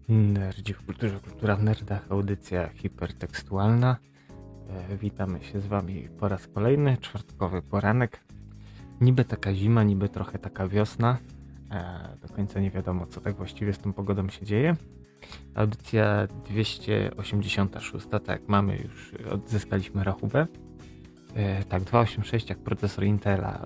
Nerdzi w kulturze, kultura w nerdach, audycja hipertekstualna. Witamy się z wami po raz kolejny, czwartkowy poranek. Niby taka zima, niby trochę taka wiosna. Do końca nie wiadomo, co tak właściwie z tą pogodą się dzieje. Audycja 286, tak, mamy już, odzyskaliśmy rachubę. Tak, 286 jak procesor Intela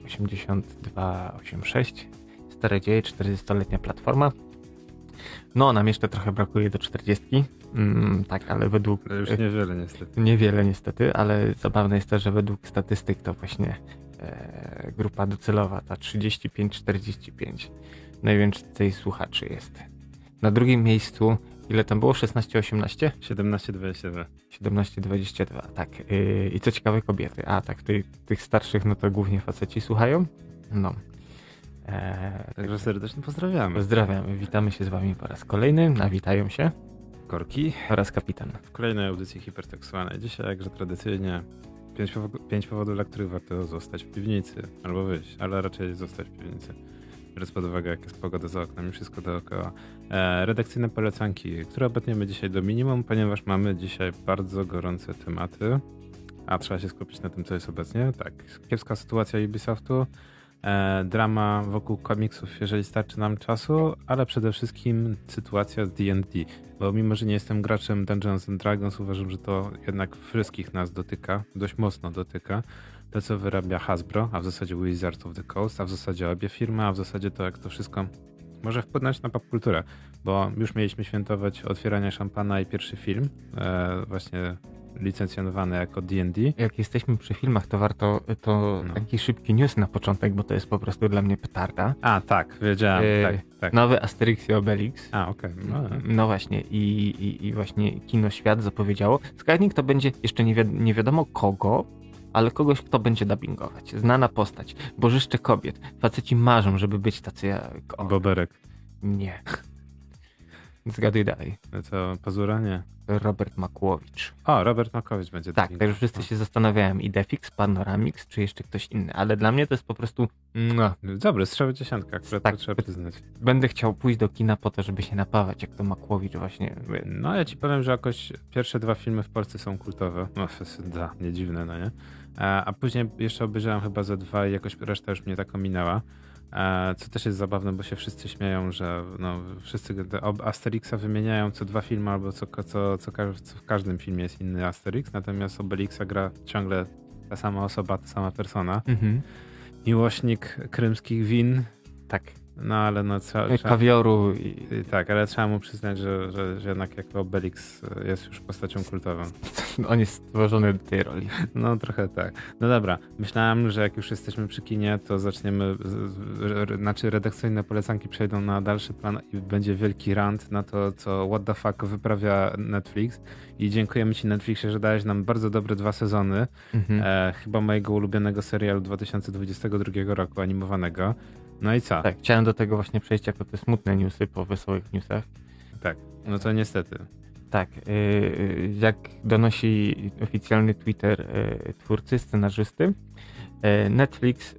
8286. Stare dzieje, 40-letnia platforma. No, nam jeszcze trochę brakuje do 40. Tak, ale według... Już niewiele niestety. Niewiele niestety, ale zabawne jest to, że według statystyk to właśnie grupa docelowa, ta 35-45, najwięcej słuchaczy jest. Na drugim miejscu, ile tam było? 16-18? 17-22. 17-22, tak. I co ciekawe, kobiety. A tak, tych starszych, no to głównie faceci słuchają. No. Także serdecznie pozdrawiamy. Pozdrawiamy, witamy się z wami po raz kolejny. Witają się Korki oraz kapitan. w kolejnej audycji hipertekstualnej. Dzisiaj, jakże tradycyjnie, 5 powodów, dla których warto zostać w piwnicy albo wyjść, ale raczej zostać w piwnicy. Biorąc pod uwagę, jak jest pogoda za oknem i wszystko dookoła. Redakcyjne polecanki, które obetniemy dzisiaj do minimum, ponieważ mamy dzisiaj bardzo gorące tematy, a trzeba się skupić na tym, co jest obecnie. Tak, kiepska sytuacja Ubisoftu, drama wokół komiksów, jeżeli starczy nam czasu, ale przede wszystkim sytuacja z D&D, bo mimo, że nie jestem graczem Dungeons and Dragons, uważam, że to jednak wszystkich nas dotyka, dość mocno dotyka. To, co wyrabia Hasbro, a w zasadzie Wizards of the Coast, a w zasadzie obie firmy, a w zasadzie to, jak to wszystko może wpłynąć na popkulturę, bo już mieliśmy świętować otwieranie szampana i pierwszy film, właśnie licencjonowany jako D&D. Jak jesteśmy przy filmach, to warto taki szybki news na początek, bo to jest po prostu dla mnie petarda. A, tak, wiedziałem, tak. Nowy Asterix i Obelix. A, okej. No właśnie, i właśnie Kino Świat zapowiedziało. Skarbnik to będzie jeszcze nie wiadomo kogo, ale kogoś, kto będzie dubbingować. Znana postać. Bożyszcze kobiet. Faceci marzą, żeby być tacy jak on. Boberek. Nie. Zgaduj dalej. Co, Pazura? Nie. Robert Makłowicz. O, Robert Makowicz będzie. Tak, także wszyscy się zastanawiałem, Idefix, Panoramix, czy jeszcze ktoś inny, ale dla mnie to jest po prostu... Dobry, strzały dziesiątka, akurat tak, to trzeba przyznać. Będę chciał pójść do kina po to, żeby się napawać, jak to Makłowicz właśnie. No, ja ci powiem, że jakoś pierwsze 2 filmy w Polsce są kultowe. No, nie dziwne, no nie? A później jeszcze obejrzałem chyba ze 2 i jakoś reszta już mnie tak ominęła. Co też jest zabawne, bo się wszyscy śmieją, że no, wszyscy Asterixa wymieniają co 2 filmy, albo co w każdym filmie jest inny Asterix, natomiast Obelixa gra ciągle ta sama osoba, ta sama persona. Miłośnik krymskich win. Tak. No ale no kawioru. Tak, ale trzeba mu przyznać, że jednak jako Obelix jest już postacią kultową. On jest stworzony do tej roli. No trochę tak. No dobra, myślałem, że jak już jesteśmy przy kinie, to zaczniemy, redakcyjne polecanki przejdą na dalszy plan i będzie wielki rant na to, co what the fuck wyprawia Netflix. I dziękujemy ci, Netflixie, że dałeś nam bardzo dobre 2 sezony. Chyba mojego ulubionego serialu 2022 roku animowanego. No i co? Tak, chciałem do tego właśnie przejść jako te smutne newsy po wesołych newsach. Tak, no to niestety. Tak, jak donosi oficjalny Twitter twórcy, scenarzysty, Netflix,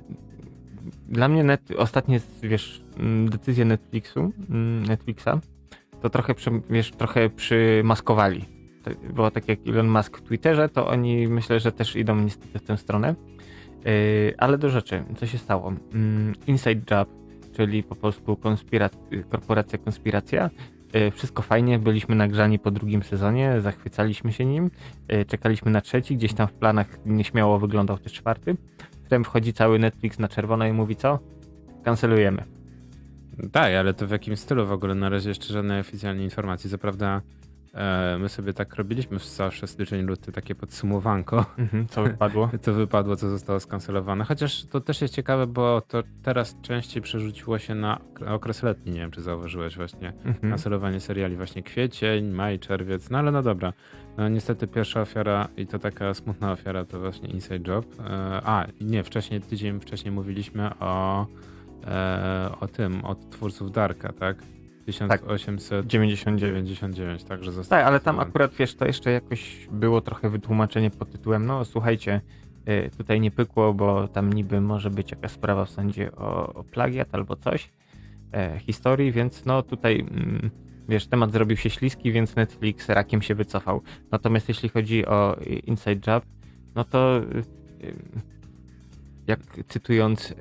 dla mnie ostatnie, decyzje Netflixa, to trochę przymaskowali. Było tak jak Elon Musk w Twitterze, to oni myślę, że też idą niestety w tę stronę. Ale do rzeczy, co się stało? Inside Job, czyli po polsku korporacja Konspiracja. Wszystko fajnie, byliśmy nagrzani po 2 sezonie, zachwycaliśmy się nim, czekaliśmy na 3, gdzieś tam w planach nieśmiało wyglądał też 4. Potem wchodzi cały Netflix na czerwono i mówi co? Kancelujemy. Tak, ale to w jakim stylu w ogóle? Na razie jeszcze żadnej oficjalnej informacji. Co prawda my sobie tak robiliśmy zawsze styczeń, luty, takie podsumowanko. Co wypadło? To wypadło, co zostało skancelowane. Chociaż to też jest ciekawe, bo to teraz częściej przerzuciło się na okres letni. Nie wiem, czy zauważyłeś właśnie kancelowanie seriali właśnie kwiecień, maj, czerwiec. No ale no dobra. No niestety pierwsza ofiara i to taka smutna ofiara to właśnie Inside Job. Tydzień wcześniej mówiliśmy o twórców Darka, tak? 1899, także zostało. Tak, ale tam akurat to jeszcze jakoś było trochę wytłumaczenie pod tytułem, no słuchajcie, tutaj nie pykło, bo tam niby może być jakaś sprawa w sądzie o plagiat albo coś historii, więc no tutaj wiesz, temat zrobił się śliski, więc Netflix rakiem się wycofał. Natomiast jeśli chodzi o Inside Job, no to jak cytując,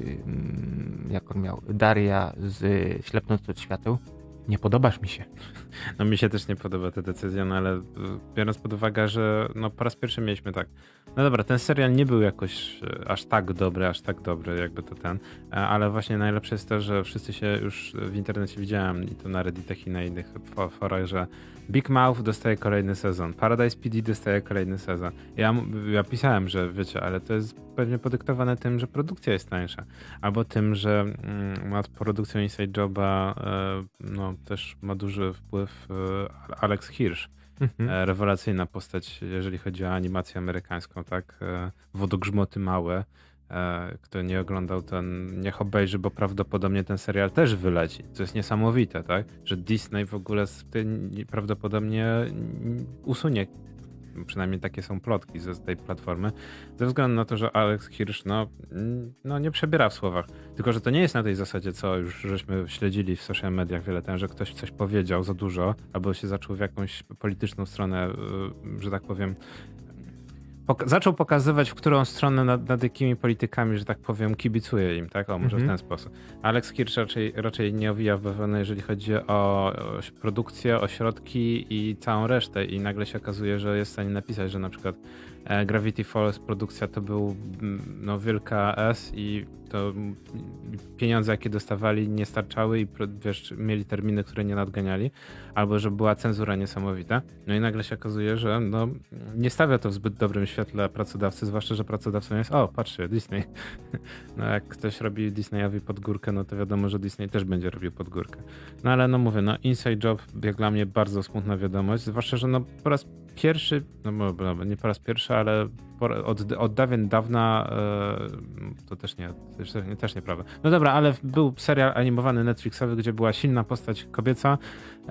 jak on miał, Daria z Ślepnąc od świateł, nie podobasz mi się. No mi się też nie podoba ta decyzja, no ale biorąc pod uwagę, że no po raz pierwszy mieliśmy tak, no dobra, ten serial nie był jakoś aż tak dobry, jakby to ten, ale właśnie najlepsze jest to, że wszyscy się już w internecie widziałem i to na Redditach i na innych forach, że Big Mouth dostaje kolejny sezon, Paradise PD dostaje kolejny sezon. Ja pisałem, że wiecie, ale to jest pewnie podyktowane tym, że produkcja jest tańsza, albo tym, że nad produkcją Inside Joba no też ma duży wpływ Alex Hirsch. Rewelacyjna postać, jeżeli chodzi o animację amerykańską, tak? Wodogrzmoty małe. Kto nie oglądał, ten niech obejrzy, bo prawdopodobnie ten serial też wyleci. Co jest niesamowite, tak? Że Disney w ogóle prawdopodobnie usunie, przynajmniej takie są plotki z tej platformy, ze względu na to, że Alex Hirsch no nie przebiera w słowach. Tylko, że to nie jest na tej zasadzie, co już żeśmy śledzili w social mediach wiele ten, że ktoś coś powiedział za dużo, albo się zaczął w jakąś polityczną stronę, że tak powiem, zaczął pokazywać, w którą stronę nad jakimi politykami, że tak powiem, kibicuje im, tak? O, może w ten sposób. Alex Hirsch raczej nie owija w bawełnę, jeżeli chodzi o produkcję, o środki i całą resztę i nagle się okazuje, że jest w stanie napisać, że na przykład Gravity Falls produkcja to był no wielka S i to pieniądze, jakie dostawali, nie starczały i wiesz, mieli terminy, które nie nadganiali, albo że była cenzura niesamowita. No i nagle się okazuje, że no, nie stawia to w zbyt dobrym świetle pracodawcy, zwłaszcza, że pracodawcą jest, o, patrzcie, Disney. No jak ktoś robi Disneyowi pod górkę, no to wiadomo, że Disney też będzie robił pod górkę. No ale no mówię, no Inside Job jak dla mnie bardzo smutna wiadomość, zwłaszcza, że no po raz pierwszy, no nie po raz pierwszy, ale od dawien dawna to też nieprawda. No dobra, ale był serial animowany Netflixowy, gdzie była silna postać kobieca,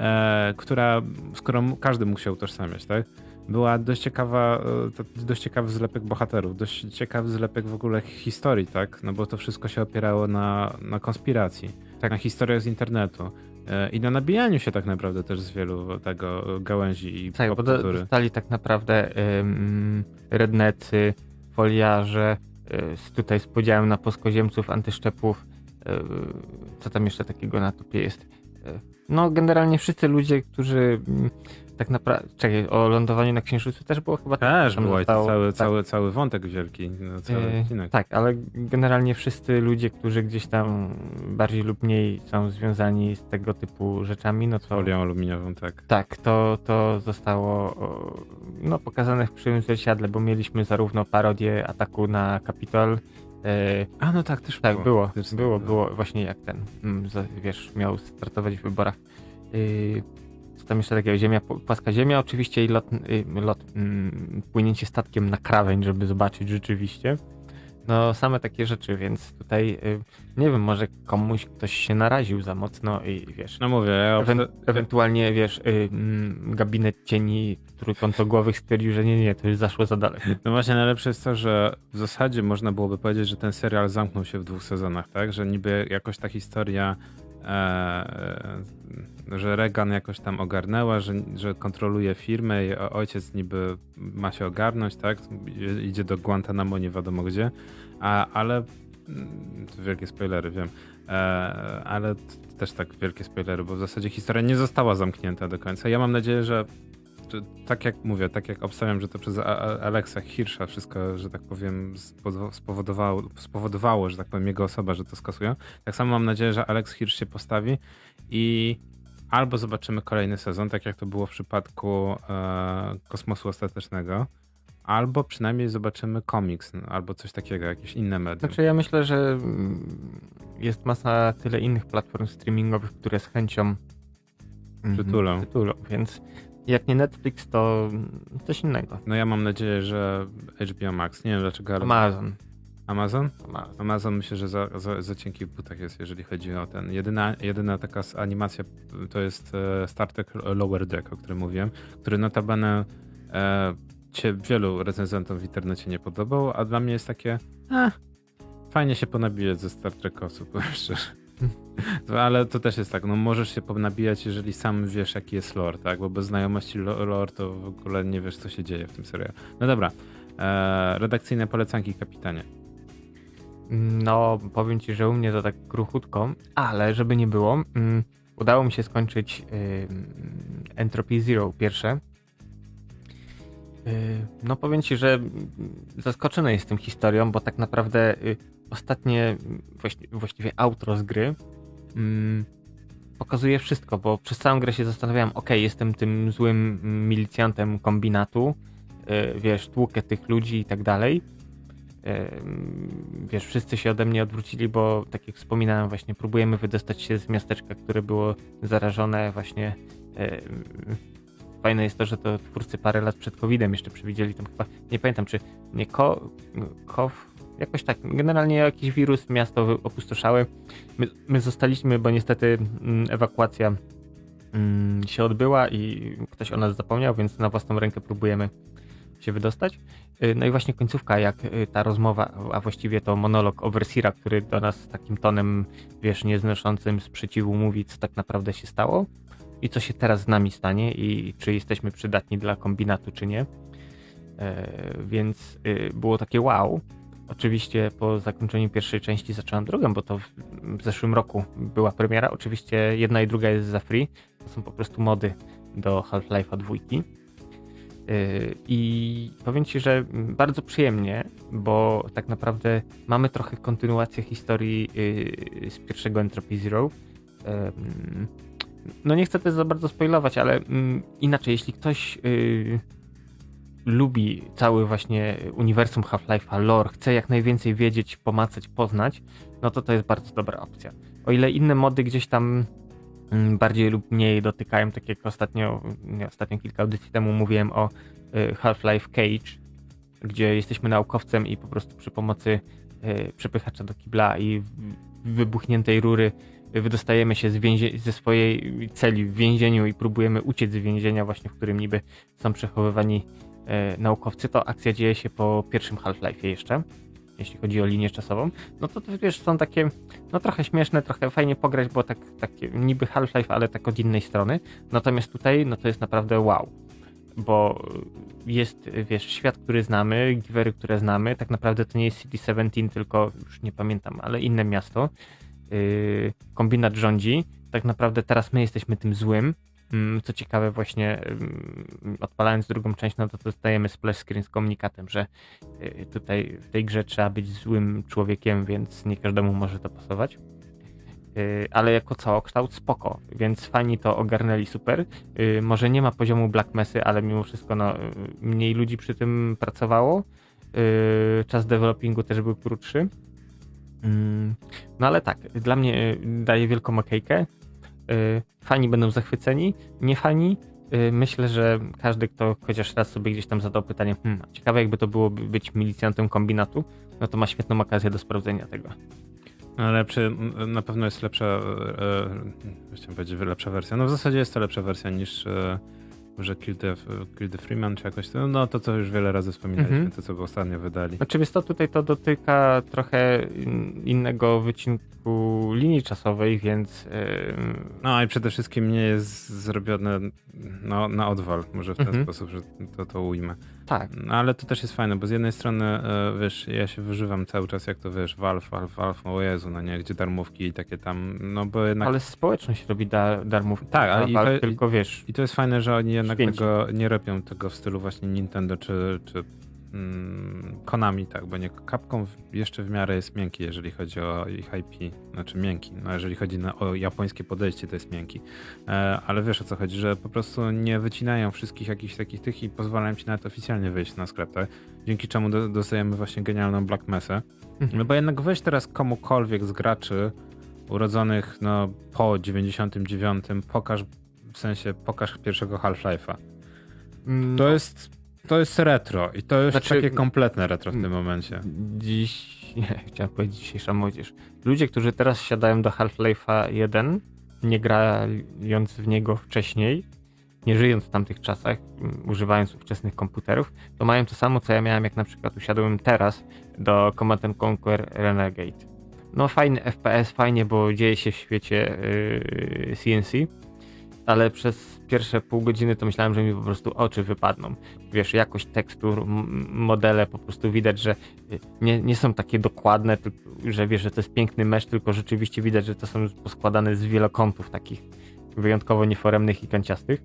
z którą każdy mógł się utożsamiać, tak? Była dość ciekawy zlepek bohaterów, dość ciekawy zlepek w ogóle historii, tak? No bo to wszystko się opierało na konspiracji, tak, na historiach z internetu. I na nabijaniu się tak naprawdę też z wielu tego gałęzi i tak, popkultury. Bo dostali tak naprawdę rednecy, foliarze, tutaj z podziałem na płaskoziemców, antyszczepów, co tam jeszcze takiego na topie jest. No generalnie wszyscy ludzie, którzy tak naprawdę, czekaj, o lądowaniu na Księżycu też było chyba... Też było cały wątek wielki, no, cały odcinek. Tak, ale generalnie wszyscy ludzie, którzy gdzieś tam bardziej lub mniej są związani z tego typu rzeczami, no to... Folią aluminiową, tak. Tak, to zostało no, pokazane w krzywym zwierciadle, bo mieliśmy zarówno parodię ataku na Kapitol. A no tak, też tak, było właśnie jak ten, wiesz, miał startować w wyborach. Co tam jeszcze takiego? Płaska ziemia oczywiście i płynięcie statkiem na krawędź, żeby zobaczyć rzeczywiście. No same takie rzeczy, więc tutaj nie wiem, może ktoś się naraził za mocno i wiesz. No mówię, ewentualnie wiesz, gabinet cieni trójkątogłowych stwierdził, że nie, to już zaszło za daleko. No właśnie najlepsze jest to, że w zasadzie można byłoby powiedzieć, że ten serial zamknął się w 2 sezonach, tak? Że niby jakoś ta historia że Reagan jakoś tam ogarnęła, że kontroluje firmę i ojciec niby ma się ogarnąć, tak? Idzie do Guantanamo, nie wiadomo gdzie, ale to wielkie spoilery, wiem, ale też tak wielkie spoilery, bo w zasadzie historia nie została zamknięta do końca. Ja mam nadzieję, że tak jak mówię, tak jak obstawiam, że to przez Alexa Hirscha wszystko, że tak powiem, spowodowało, że tak powiem, jego osoba, że to skasują. Tak samo mam nadzieję, że Alex Hirsch się postawi i albo zobaczymy kolejny sezon, tak jak to było w przypadku Kosmosu Ostatecznego, albo przynajmniej zobaczymy komiks, albo coś takiego, jakieś inne medium. Znaczy ja myślę, że jest masa tyle innych platform streamingowych, które z chęcią przytulą, więc jak nie Netflix, to coś innego. No ja mam nadzieję, że HBO Max, nie wiem dlaczego, ale... Amazon? Amazon myślę, że za cienki w butach jest, jeżeli chodzi o ten. Jedyna taka animacja to jest Star Trek Lower Deck, o którym mówiłem, który notabene wielu recenzentom w internecie nie podobał, a dla mnie jest takie fajnie się ponabijać ze Star Trekowców, powiem szczerze. Ale to też jest tak, no możesz się nabijać, jeżeli sam wiesz, jaki jest lore, tak? Bo bez znajomości lore to w ogóle nie wiesz, co się dzieje w tym serialu. No dobra, redakcyjne polecanki, kapitanie. No, powiem ci, że u mnie to tak kruchutko, ale żeby nie było, udało mi się skończyć Entropy Zero pierwsze. No powiem ci, że zaskoczony jestem historią, bo tak naprawdę ostatnie, właściwie outro z gry pokazuje wszystko, bo przez całą grę się zastanawiałem, jestem tym złym milicjantem kombinatu, wiesz, tłukę tych ludzi i tak dalej. Wiesz, wszyscy się ode mnie odwrócili, bo tak jak wspominałem, właśnie próbujemy wydostać się z miasteczka, które było zarażone właśnie. Fajne jest to, że to twórcy parę lat przed COVID-em jeszcze przewidzieli tam chyba, nie pamiętam czy nie jakoś tak, generalnie jakiś wirus miasto opustoszały. My zostaliśmy, bo niestety ewakuacja się odbyła i ktoś o nas zapomniał, więc na własną rękę próbujemy się wydostać. No i właśnie końcówka, jak ta rozmowa, a właściwie to monolog Overseera, który do nas takim tonem, wiesz, nieznoszącym sprzeciwu mówi, co tak naprawdę się stało i co się teraz z nami stanie i czy jesteśmy przydatni dla kombinatu, czy nie. Więc było takie wow. Oczywiście po zakończeniu pierwszej części zacząłem drugą, bo to w zeszłym roku była premiera. Oczywiście jedna i druga jest za free. To są po prostu mody do Half-Life'a 2. I powiem ci, że bardzo przyjemnie, bo tak naprawdę mamy trochę kontynuację historii z pierwszego Entropy Zero. No nie chcę też za bardzo spoilować, ale inaczej, jeśli ktoś lubi cały właśnie uniwersum Half-Life'a, lore, chce jak najwięcej wiedzieć, pomacać, poznać, no to jest bardzo dobra opcja. O ile inne mody gdzieś tam bardziej lub mniej dotykają, tak jak ostatnio kilka audycji temu mówiłem o Half-Life Cage, gdzie jesteśmy naukowcem i po prostu przy pomocy przepychacza do kibla i wybuchniętej rury wydostajemy się ze swojej celi w więzieniu i próbujemy uciec z więzienia właśnie, w którym niby są przechowywani naukowcy. To akcja dzieje się po pierwszym Half-Life'ie jeszcze, jeśli chodzi o linię czasową. No to wiesz, są takie no trochę śmieszne, trochę fajnie pograć, bo takie niby Half-Life, ale tak od innej strony. Natomiast tutaj no to jest naprawdę wow, bo jest, wiesz, świat, który znamy, givery, które znamy. Tak naprawdę to nie jest City-17, tylko już nie pamiętam, ale inne miasto. Kombinat rządzi. Tak naprawdę teraz my jesteśmy tym złym. Co ciekawe, właśnie odpalając drugą część, no to dostajemy splash screen z komunikatem, że tutaj w tej grze trzeba być złym człowiekiem, więc nie każdemu może to pasować. Ale jako całokształt spoko, więc fani to ogarnęli super. Może nie ma poziomu Black Messy, ale mimo wszystko no, mniej ludzi przy tym pracowało. Czas developingu też był krótszy. No ale tak, dla mnie daje wielką okejkę. Fani będą zachwyceni, nie fani. Myślę, że każdy, kto chociaż raz sobie gdzieś tam zadał pytanie, ciekawe jakby to było być milicjantem kombinatu, no to ma świetną okazję do sprawdzenia tego. No na pewno jest lepsza, chciałem powiedzieć lepsza wersja. No w zasadzie jest to lepsza wersja niż może Kill the Freeman czy jakoś to. No to co już wiele razy wspominaliśmy, to co ostatnio wydali. Znaczy wiesz co, tutaj to dotyka trochę innego wycinku linii czasowej, więc... No i przede wszystkim nie jest zrobione na odwal, może w ten sposób, że to ujmę. Tak. No, ale to też jest fajne, bo z jednej strony, wiesz, ja się wyżywam cały czas, jak to wiesz, Valve, o Jezu, no nie, gdzie darmówki i takie tam, no bo jednak... Ale społeczność robi darmówki. Tak, ale Valve, tylko wiesz... I to jest fajne, że oni jednak tego nie robią tego w stylu właśnie Nintendo czy Konami, tak, bo nie, Capcom jeszcze w miarę jest miękki, jeżeli chodzi o ich IP, znaczy miękki, no jeżeli chodzi o japońskie podejście, to jest miękki, ale wiesz o co chodzi, że po prostu nie wycinają wszystkich jakichś takich tych i pozwalają ci nawet oficjalnie wyjść na sklep, tak? Dzięki czemu dostajemy właśnie genialną Black Messę, no bo jednak weź teraz komukolwiek z graczy urodzonych no po 99, pokaż pierwszego Half-Life'a. To jest retro i to jest takie kompletne retro w tym momencie. Chciałem powiedzieć dzisiejsza młodzież. Ludzie, którzy teraz siadają do Half-Life'a 1, nie grając w niego wcześniej, nie żyjąc w tamtych czasach, używając ówczesnych komputerów, to mają to samo, co ja miałem, jak na przykład usiadłem teraz do Command & Conquer Renegade. no fajny FPS, fajnie, bo dzieje się w świecie CNC, ale przez pierwsze pół godziny to myślałem, że mi po prostu oczy wypadną. Wiesz, jakość tekstur, modele po prostu widać, że nie są takie dokładne, że wiesz, że to jest piękny mesh, tylko rzeczywiście widać, że to są poskładane z wielokątów takich wyjątkowo nieforemnych i kanciastych.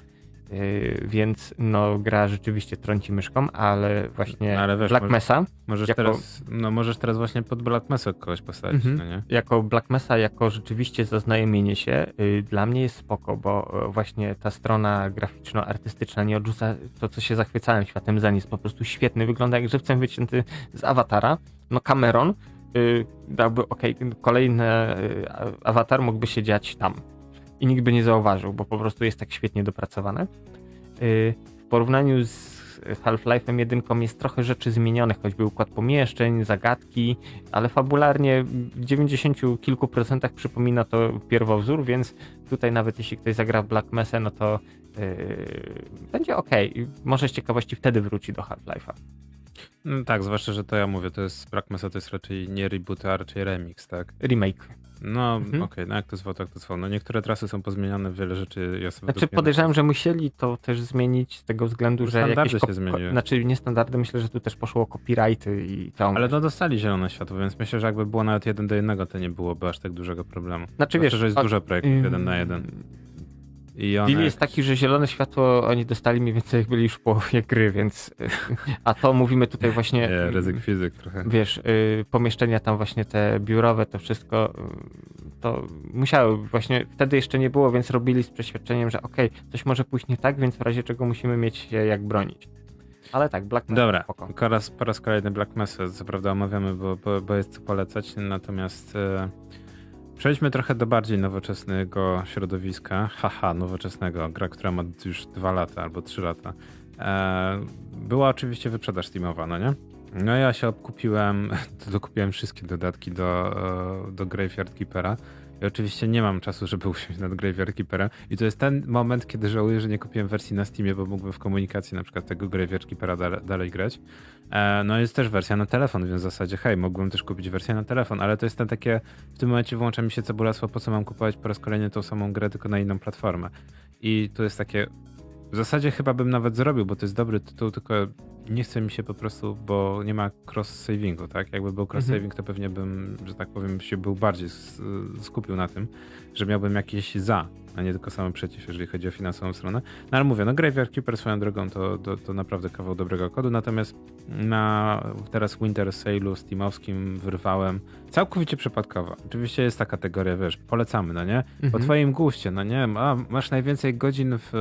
Więc no gra rzeczywiście trąci myszką, ale właśnie ale wiesz, Black Mesa możesz teraz właśnie pod Black Mesa kogoś postawić, no nie? Jako Black Mesa, jako rzeczywiście zaznajomienie się dla mnie jest spoko, bo właśnie ta strona graficzno-artystyczna nie odrzuca to, co się zachwycałem światem Zen, jest po prostu świetny, wygląda jak żywcem wycięty z awatara. No Cameron dałby kolejny awatar mógłby się dziać tam. I nikt by nie zauważył, bo po prostu jest tak świetnie dopracowane. W porównaniu z Half-Life'em 1 jest trochę rzeczy zmienionych, choćby układ pomieszczeń, zagadki, ale fabularnie w 90 kilku procentach przypomina to pierwowzór, więc tutaj nawet jeśli ktoś zagra w Black Mesa, no to będzie okej. Może z ciekawości wtedy wróci do Half-Life'a. No tak, zwłaszcza, że to ja mówię, to jest Black Mesa to jest raczej nie reboot, a raczej remix, tak? Remake. No okej, no jak to zwał, tak to zwał. No niektóre trasy są pozmieniane, wiele rzeczy ja sobie Znaczy podejrzewam, że musieli to też zmienić z tego względu, że standardy się zmieniły. Znaczy nie standardy, myślę, że tu też poszło o copyrighty i całą... Ale no dostali zielone światło, więc myślę, że jakby było nawet 1:1, to nie byłoby aż tak dużego problemu. Znaczy wiesz, że jest dużo projektów 1:1. Deal jest taki, że zielone światło oni dostali mniej więcej jak byli już w połowie gry, więc a to mówimy tutaj właśnie... Nie, ryzyk fizyk trochę. Wiesz, pomieszczenia tam właśnie te biurowe, to wszystko to musiały właśnie, wtedy jeszcze nie było, więc robili z przeświadczeniem, że coś może pójść nie tak, więc w razie czego musimy mieć się jak bronić. Ale tak, Black Mesa. Dobra, po raz kolejny Black Mesa, co prawda omawiamy, bo jest co polecać, natomiast przejdźmy trochę do bardziej nowoczesnego środowiska. Nowoczesnego. Gra, która ma już 2 lata albo 3 lata. Była oczywiście wyprzedaż Steamowa, no nie? No ja się dokupiłem wszystkie dodatki do Graveyard Keepera. I oczywiście nie mam czasu, żeby usiąść nad Graveyard Keeperem. I to jest ten moment, kiedy żałuję, że nie kupiłem wersji na Steamie, bo mógłbym w komunikacji na przykład tego Graveyard Keepera dalej grać. No jest też wersja na telefon, więc w zasadzie mógłbym też kupić wersję na telefon, ale to jest w tym momencie włącza mi się cebulactwo, po co mam kupować po raz kolejny tą samą grę, tylko na inną platformę. I to jest takie, w zasadzie chyba bym nawet zrobił, bo to jest dobry tytuł, tylko nie chce mi się po prostu, bo nie ma cross-savingu, tak? Jakby był cross-saving, to pewnie bym, że tak powiem, się był bardziej skupił na tym, że miałbym jakieś a nie tylko samo przeciw, jeżeli chodzi o finansową stronę. No ale mówię, Graveyard Keeper swoją drogą to naprawdę kawał dobrego kodu, natomiast teraz Winter Sale'u steamowskim wyrwałem całkowicie przypadkowo. Oczywiście jest ta kategoria, wiesz, polecamy, no nie? Po twoim guście, no nie? Masz najwięcej godzin w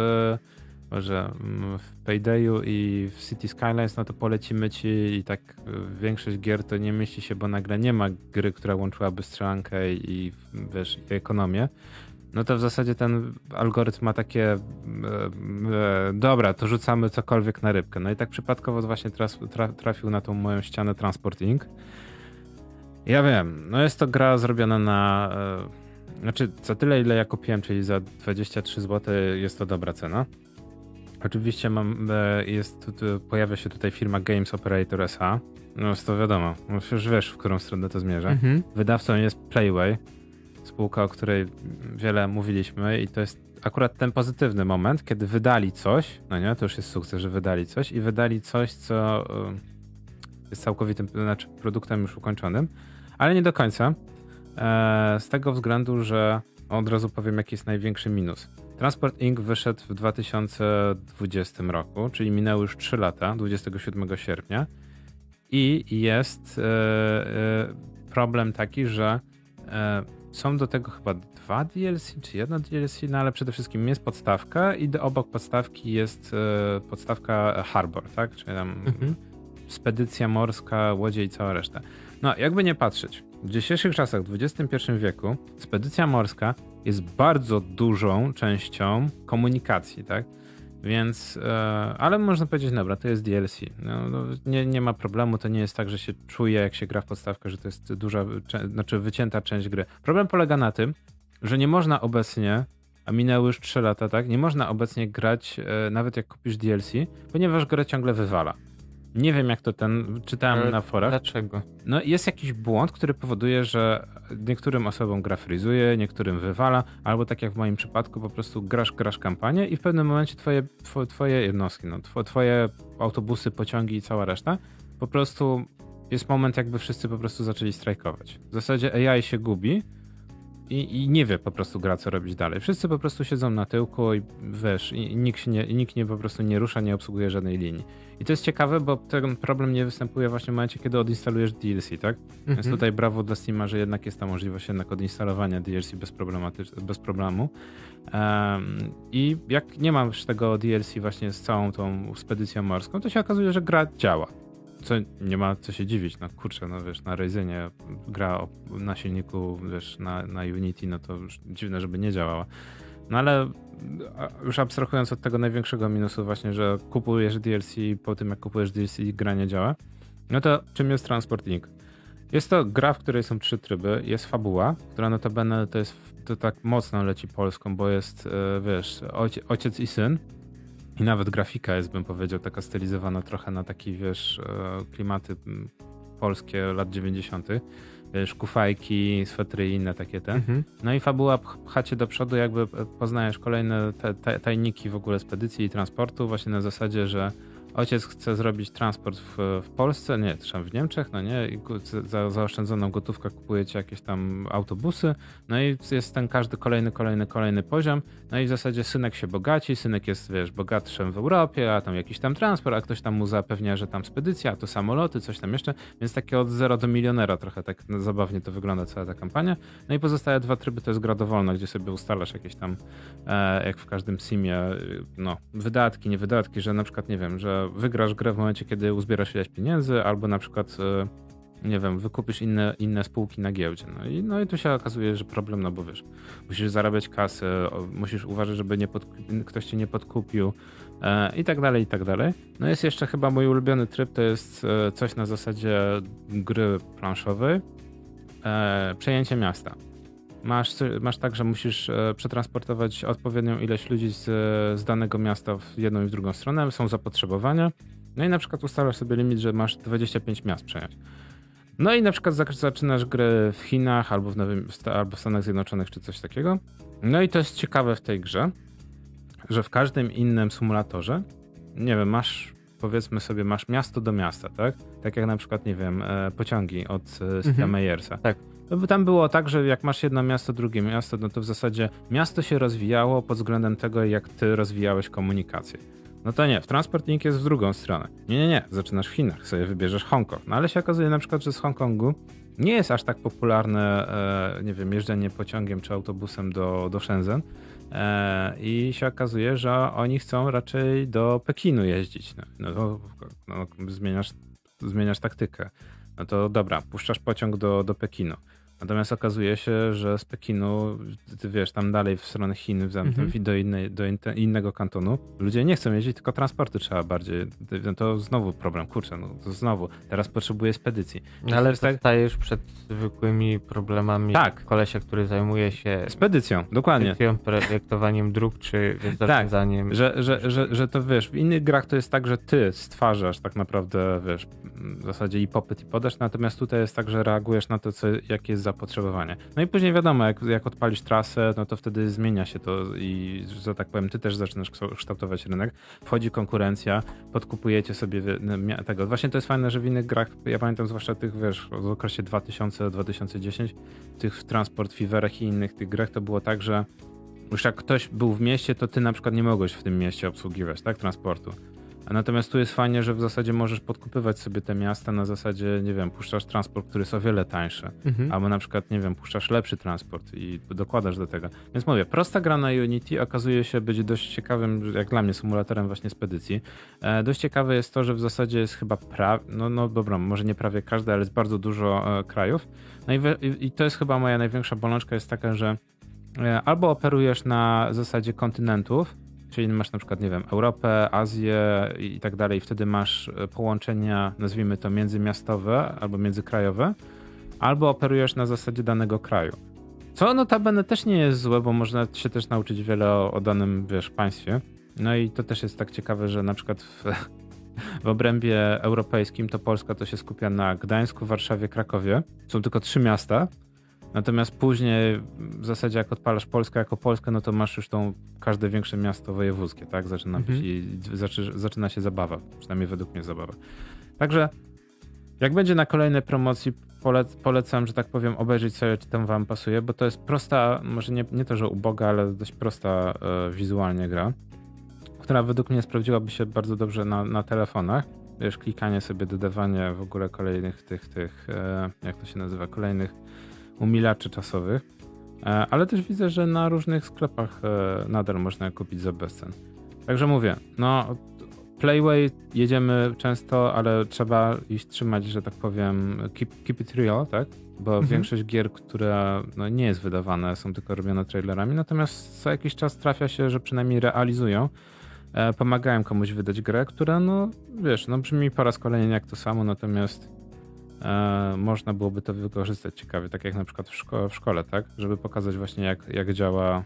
Paydayu i w City Skylines, no to polecimy ci i tak większość gier to nie mieści się, bo nagle nie ma gry, która łączyłaby strzelankę i wiesz, i ekonomię. No to w zasadzie ten algorytm ma takie dobra, to rzucamy cokolwiek na rybkę. No i tak przypadkowo właśnie trafił na tą moją ścianę Transport Inc. Ja wiem, no jest to gra zrobiona na znaczy za tyle, ile ja kupiłem, czyli za 23 zł jest to dobra cena. Oczywiście pojawia się tutaj firma Games Operator S.A. No to wiadomo, już wiesz, w którą stronę to zmierza. Wydawcą jest Playway, spółka, o której wiele mówiliśmy i to jest akurat ten pozytywny moment, kiedy wydali coś, no nie, to już jest sukces, że wydali coś i wydali coś, co jest całkowitym, znaczy produktem już ukończonym, ale nie do końca. Z tego względu, że od razu powiem, jaki jest największy minus. Transport Inc. wyszedł w 2020 roku, czyli minęły już 3 lata, 27 sierpnia i jest problem taki, że są do tego chyba 2 DLC, czy 1 DLC, no ale przede wszystkim jest podstawka i obok podstawki jest podstawka Harbor, tak? Czyli tam spedycja morska, łodzie i cała reszta. No, jakby nie patrzeć, w dzisiejszych czasach, w XXI wieku, spedycja morska jest bardzo dużą częścią komunikacji, tak? Więc, ale można powiedzieć, dobra, to jest DLC. Nie ma problemu, to nie jest tak, że się czuje, jak się gra w podstawkę, że to jest wycięta część gry. Problem polega na tym, że nie można obecnie, a minęły już 3 lata, tak? Nie można obecnie grać, nawet jak kupisz DLC, ponieważ grę ciągle wywala. Nie wiem jak to czytałem na forach. Dlaczego? No jest jakiś błąd, który powoduje, że niektórym osobom gra frizuje, niektórym wywala, albo tak jak w moim przypadku po prostu grasz kampanię i w pewnym momencie twoje jednostki, twoje autobusy, pociągi i cała reszta, po prostu jest moment jakby wszyscy po prostu zaczęli strajkować. W zasadzie AI się gubi i nie wie po prostu gra co robić dalej. Wszyscy po prostu siedzą na tyłku i wiesz, i nikt nie po prostu nie rusza, nie obsługuje żadnej linii. I to jest ciekawe, bo ten problem nie występuje właśnie w momencie, kiedy odinstalujesz DLC, tak? Więc tutaj brawo dla Steama, że jednak jest ta możliwość jednak odinstalowania DLC bez problemu. I jak nie masz tego DLC właśnie z całą tą spedycją morską, to się okazuje, że gra działa. Co nie ma co się dziwić, no kurczę, no wiesz, na Ryzenie gra na silniku, wiesz, na Unity, no to już dziwne, żeby nie działała. No ale już abstrahując od tego największego minusu właśnie, że kupujesz DLC, po tym jak kupujesz DLC gra nie działa, no to czym jest Transport Inc? Jest to gra, w której są 3 tryby, jest fabuła, która notabene to tak mocno leci polską, bo jest, wiesz, ojciec i syn. I nawet grafika jest, bym powiedział, taka stylizowana trochę na taki, wiesz, klimaty polskie lat 90. Wiesz, kufajki, swetry i inne takie te. No i fabuła pcha cię do przodu, jakby poznajesz kolejne tajniki w ogóle spedycji i transportu, właśnie na zasadzie, że ojciec chce zrobić transport w Polsce, nie, czy w Niemczech, no nie, i za zaoszczędzoną gotówkę kupujecie jakieś tam autobusy, no i jest ten każdy kolejny poziom, no i w zasadzie synek się bogaci, synek jest, wiesz, bogatszym w Europie, a tam jakiś tam transport, a ktoś tam mu zapewnia, że tam spedycja, a to samoloty, coś tam jeszcze, więc takie od 0 do milionera trochę tak zabawnie to wygląda cała ta kampania. No i pozostałe 2 tryby to jest gra dowolna, gdzie sobie ustalasz jakieś tam, jak w każdym simie, no, wydatki, nie wydatki, że na przykład, nie wiem, że wygrasz grę w momencie, kiedy uzbierasz ileś pieniędzy, albo na przykład, nie wiem, wykupisz inne spółki na giełdzie. No i tu się okazuje, że problem, no bo wiesz, musisz zarabiać kasę, musisz uważać, żeby ktoś cię nie podkupił i tak dalej, i tak dalej. No jest jeszcze chyba mój ulubiony tryb, to jest coś na zasadzie gry planszowej, przejęcie miasta. Masz tak, że musisz przetransportować odpowiednią ilość ludzi z danego miasta w jedną i w drugą stronę, są zapotrzebowania, no i na przykład ustalasz sobie limit, że masz 25 miast przejąć. No i na przykład zaczynasz grę w Chinach albo w Stanach Zjednoczonych czy coś takiego. No i to jest ciekawe w tej grze, że w każdym innym symulatorze, nie wiem, powiedzmy sobie, masz miasto do miasta, tak? Tak jak na przykład, nie wiem, pociągi od Stia Meyersa. Tak. Tam było tak, że jak masz jedno miasto, drugie miasto, no to w zasadzie miasto się rozwijało pod względem tego, jak ty rozwijałeś komunikację. No to nie, w Transport Inc. jest w drugą stronę. Nie, zaczynasz w Chinach, sobie wybierzesz Hongkong. No ale się okazuje na przykład, że z Hongkongu nie jest aż tak popularne, nie wiem, jeżdżenie pociągiem czy autobusem do Shenzhen. I się okazuje, że oni chcą raczej do Pekinu jeździć. No to zmieniasz taktykę. No to dobra, puszczasz pociąg do Pekinu. Natomiast okazuje się, że z Pekinu, ty wiesz, tam dalej w stronę Chin, do innego kantonu, ludzie nie chcą jeździć, tylko transporty trzeba bardziej. No to znowu problem, kurczę, no to znowu. Teraz potrzebuję spedycji. No ale stajesz przed zwykłymi problemami kolesia, który zajmuje się spedycją, dokładnie. Projektowaniem dróg, czy zarządzaniem. Tak, że to wiesz, w innych grach to jest tak, że ty stwarzasz tak naprawdę, wiesz, w zasadzie i popyt, i podaż, natomiast tutaj jest tak, że reagujesz na to, jakie jest zapotrzebowanie. No i później wiadomo, jak odpalisz trasę, no to wtedy zmienia się to i, że tak powiem, ty też zaczynasz kształtować rynek, wchodzi konkurencja, podkupujecie sobie tego. Właśnie to jest fajne, że w innych grach, ja pamiętam zwłaszcza tych, wiesz, w okresie 2000-2010, tych w Transport Feverach i innych tych grach, to było tak, że już jak ktoś był w mieście, to ty na przykład nie mogłeś w tym mieście obsługiwać, tak, transportu. A natomiast tu jest fajnie, że w zasadzie możesz podkupywać sobie te miasta na zasadzie, nie wiem, puszczasz transport, który jest o wiele tańszy. Albo na przykład, nie wiem, puszczasz lepszy transport i dokładasz do tego. Więc mówię, prosta gra na Unity okazuje się być dość ciekawym, jak dla mnie, symulatorem właśnie spedycji. Dość ciekawe jest to, że w zasadzie jest chyba no dobra, może nie prawie każdy, ale jest bardzo dużo krajów. No i to jest chyba moja największa bolączka, jest taka, że albo operujesz na zasadzie kontynentów, czyli masz na przykład, nie wiem, Europę, Azję i tak dalej, wtedy masz połączenia, nazwijmy to międzymiastowe albo międzykrajowe, albo operujesz na zasadzie danego kraju. Co notabene też nie jest złe, bo można się też nauczyć wiele o danym, wiesz, państwie. No i to też jest tak ciekawe, że na przykład w obrębie europejskim to Polska to się skupia na Gdańsku, Warszawie, Krakowie. Są tylko 3 miasta. Natomiast później w zasadzie jak odpalasz Polskę jako Polskę, no to masz już każde większe miasto wojewódzkie, tak? Zaczyna się zabawa, przynajmniej według mnie zabawa. Także jak będzie na kolejnej promocji, polecam, że tak powiem, obejrzeć sobie, czy tam wam pasuje, bo to jest prosta, może nie to, że uboga, ale dość prosta wizualnie gra, która według mnie sprawdziłaby się bardzo dobrze na telefonach. Wiesz, klikanie sobie, dodawanie w ogóle kolejnych jak to się nazywa, kolejnych umilaczy czasowych, ale też widzę, że na różnych sklepach nadal można je kupić za bezcen. Także mówię, no Playway jedziemy często, ale trzeba iść trzymać, że tak powiem, keep it real, tak? Bo większość gier, które nie jest wydawane, są tylko robione trailerami, natomiast co jakiś czas trafia się, że przynajmniej realizują, pomagają komuś wydać grę, która brzmi po raz kolejny jak to samo, natomiast można byłoby to wykorzystać ciekawie, tak jak na przykład w szkole, tak? Żeby pokazać właśnie jak działa,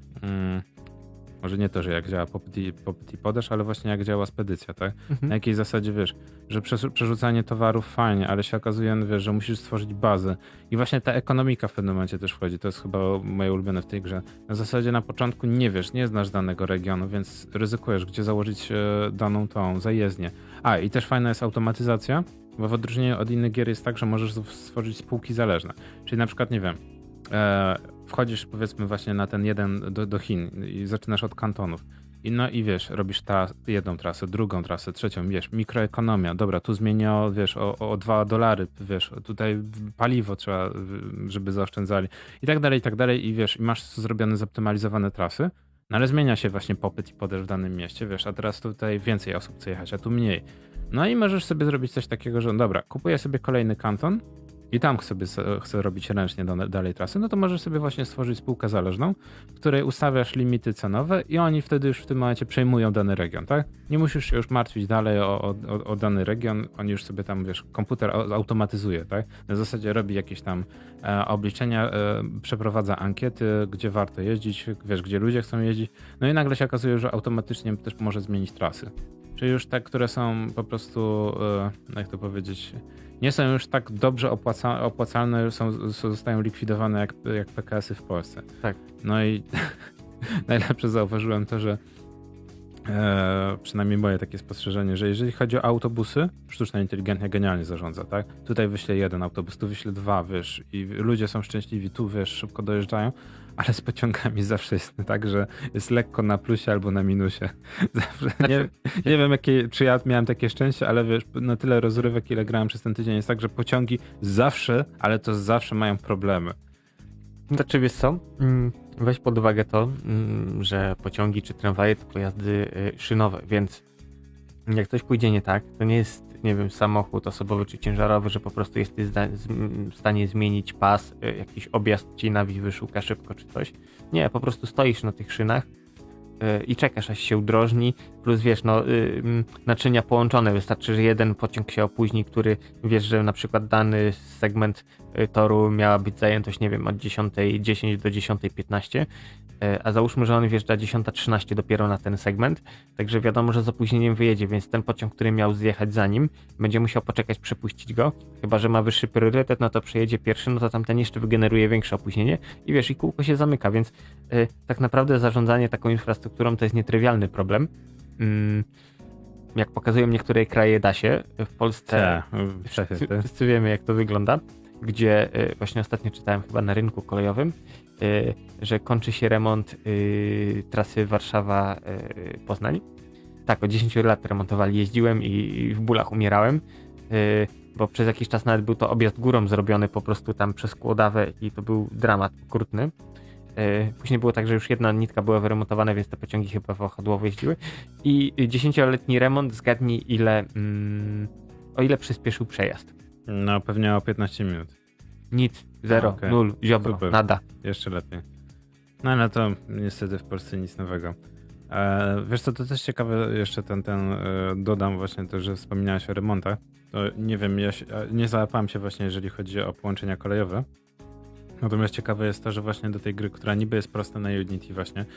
może nie to, że jak działa popyt i podaż, ale właśnie jak działa spedycja, tak? Na jakiej zasadzie, wiesz, że przerzucanie towarów fajnie, ale się okazuje, wiesz, że musisz stworzyć bazę i właśnie ta ekonomika w pewnym momencie też wchodzi, to jest chyba moje ulubione w tej grze. Na zasadzie na początku nie znasz danego regionu, więc ryzykujesz, gdzie założyć daną tą zajezdnię. I też fajna jest automatyzacja, bo w odróżnieniu od innych gier jest tak, że możesz stworzyć spółki zależne. Czyli na przykład, nie wiem, wchodzisz powiedzmy właśnie na ten jeden do Chin i zaczynasz od kantonów. I wiesz, robisz jedną trasę, drugą trasę, trzecią, wiesz, mikroekonomia, dobra, tu zmienię o $2, wiesz, tutaj paliwo trzeba, żeby zaoszczędzali i tak dalej i wiesz, i masz zrobione zoptymalizowane trasy, no ale zmienia się właśnie popyt i podaż w danym mieście, wiesz, a teraz tutaj więcej osób chce jechać, a tu mniej. No i możesz sobie zrobić coś takiego, że dobra, kupuję sobie kolejny kanton i tam chcę robić ręcznie dalej trasy, no to możesz sobie właśnie stworzyć spółkę zależną, w której ustawiasz limity cenowe i oni wtedy już w tym momencie przejmują dany region, tak? Nie musisz się już martwić dalej o dany region, oni już sobie tam, wiesz, komputer automatyzuje, tak? Na zasadzie robi jakieś tam obliczenia, przeprowadza ankiety, gdzie warto jeździć, wiesz, gdzie ludzie chcą jeździć, no i nagle się okazuje, że automatycznie też może zmienić trasy. Czyli już te, które są po prostu, jak to powiedzieć, nie są już tak dobrze opłacalne, zostają likwidowane jak PKS-y w Polsce. Tak. No i najlepsze zauważyłem to, że przynajmniej moje takie spostrzeżenie, że jeżeli chodzi o autobusy, sztuczna inteligencja genialnie zarządza, tak? Tutaj wyślę jeden autobus, tu wyślę 2, wiesz, i ludzie są szczęśliwi, tu, wiesz, szybko dojeżdżają, ale z pociągami zawsze jest tak, że jest lekko na plusie albo na minusie. Zawsze. Nie wiem, czy ja miałem takie szczęście, ale wiesz, na tyle rozrywek, ile grałem przez ten tydzień, jest tak, że pociągi zawsze, ale to zawsze mają problemy. Znaczy, wiesz co? Weź pod uwagę to, że pociągi czy tramwaje to pojazdy szynowe, więc jak coś pójdzie nie tak, to nie jest, nie wiem, samochód osobowy czy ciężarowy, że po prostu jesteś w stanie zmienić pas, jakiś objazd ci Navi wyszuka szybko czy coś. Nie, po prostu stoisz na tych szynach i czekasz, aż się udrożni, plus wiesz, naczynia połączone, wystarczy, że jeden pociąg się opóźni, który wiesz, że na przykład dany segment toru miała być zajętość, nie wiem, od 10:10 do 10:15, a załóżmy, że on wjeżdża 10:13 dopiero na ten segment, także wiadomo, że z opóźnieniem wyjedzie, więc ten pociąg, który miał zjechać za nim, będzie musiał poczekać, przepuścić go, chyba że ma wyższy priorytet, no to przejedzie pierwszy, no to tamten jeszcze wygeneruje większe opóźnienie i wiesz, i kółko się zamyka, więc tak naprawdę zarządzanie taką infrastrukturą to jest nietrywialny problem. Jak pokazują niektóre kraje, da się. W Polsce wszyscy wiemy, jak to wygląda, gdzie właśnie ostatnio czytałem chyba na rynku kolejowym, że kończy się remont trasy Warszawa-Poznań. Tak, od 10 lat remontowali, jeździłem i w bólach umierałem, bo przez jakiś czas nawet był to objazd górą zrobiony po prostu tam przez Kłodawę i to był dramat okrutny. Później było tak, że już jedna nitka była wyremontowana, więc te pociągi chyba wahadłowo jeździły. I 10-letni remont, zgadnij o ile przyspieszył przejazd. No pewnie o 15 minut. Nic, zero, nul, ziobro, super. Nada. Jeszcze lepiej. No ale to niestety w Polsce nic nowego. Wiesz co, to też ciekawe, jeszcze dodam właśnie to, że wspominałeś o remontach. To nie wiem, ja nie załapałem się właśnie, jeżeli chodzi o połączenia kolejowe. Natomiast ciekawe jest to, że właśnie do tej gry, która niby jest prosta na Unity właśnie,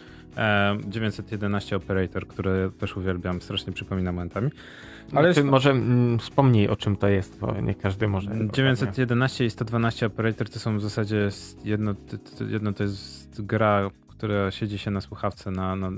911 Operator, które też uwielbiam, strasznie przypomina momentami. Ale może wspomnij, o czym to jest, bo nie każdy może. 911 i 112 Operator to są w zasadzie jedno to jest gra, która siedzi się na słuchawce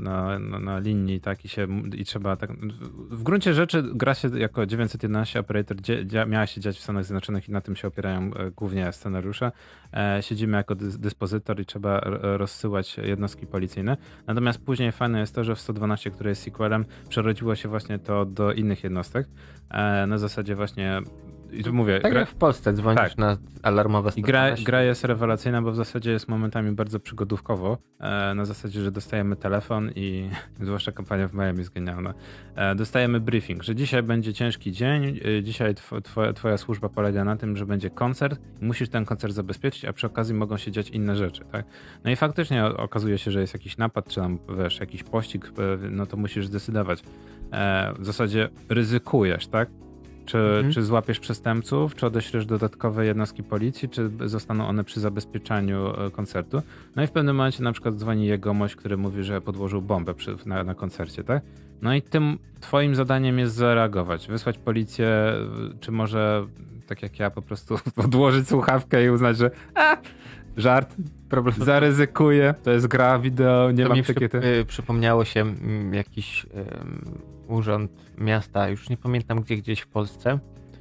na linii, tak, i trzeba tak. W gruncie rzeczy gra się jako 911 Operator miała się dziać w Stanach Zjednoczonych i na tym się opierają głównie scenariusze. Siedzimy jako dyspozytor i trzeba rozsyłać jednostki policyjne. Natomiast później fajne jest to, że w 112, które jest sequelem, przerodziło się właśnie to do innych jednostek. Na zasadzie właśnie. I tu mówię, tak jak w Polsce dzwonisz na alarmowe 112. Gra jest rewelacyjna, bo w zasadzie jest momentami bardzo przygodówkowo. Na zasadzie, że dostajemy telefon i zwłaszcza kampania w Miami jest genialna. Dostajemy briefing, że dzisiaj będzie ciężki dzień, dzisiaj twoja służba polega na tym, że będzie koncert i musisz ten koncert zabezpieczyć, a przy okazji mogą się dziać inne rzeczy, tak? No i faktycznie okazuje się, że jest jakiś napad, czy tam wiesz, jakiś pościg, no to musisz zdecydować. W zasadzie ryzykujesz, tak? Czy złapiesz przestępców, czy odeślesz dodatkowe jednostki policji, czy zostaną one przy zabezpieczaniu koncertu. No i w pewnym momencie na przykład dzwoni jegomość, który mówi, że podłożył bombę na koncercie, tak? No i tym twoim zadaniem jest zareagować, wysłać policję, czy może tak jak ja po prostu odłożyć słuchawkę i uznać, że żart, zaryzykuję, to jest gra wideo, nie mam takie... Przypomniało się jakiś urząd miasta, już nie pamiętam gdzieś w Polsce,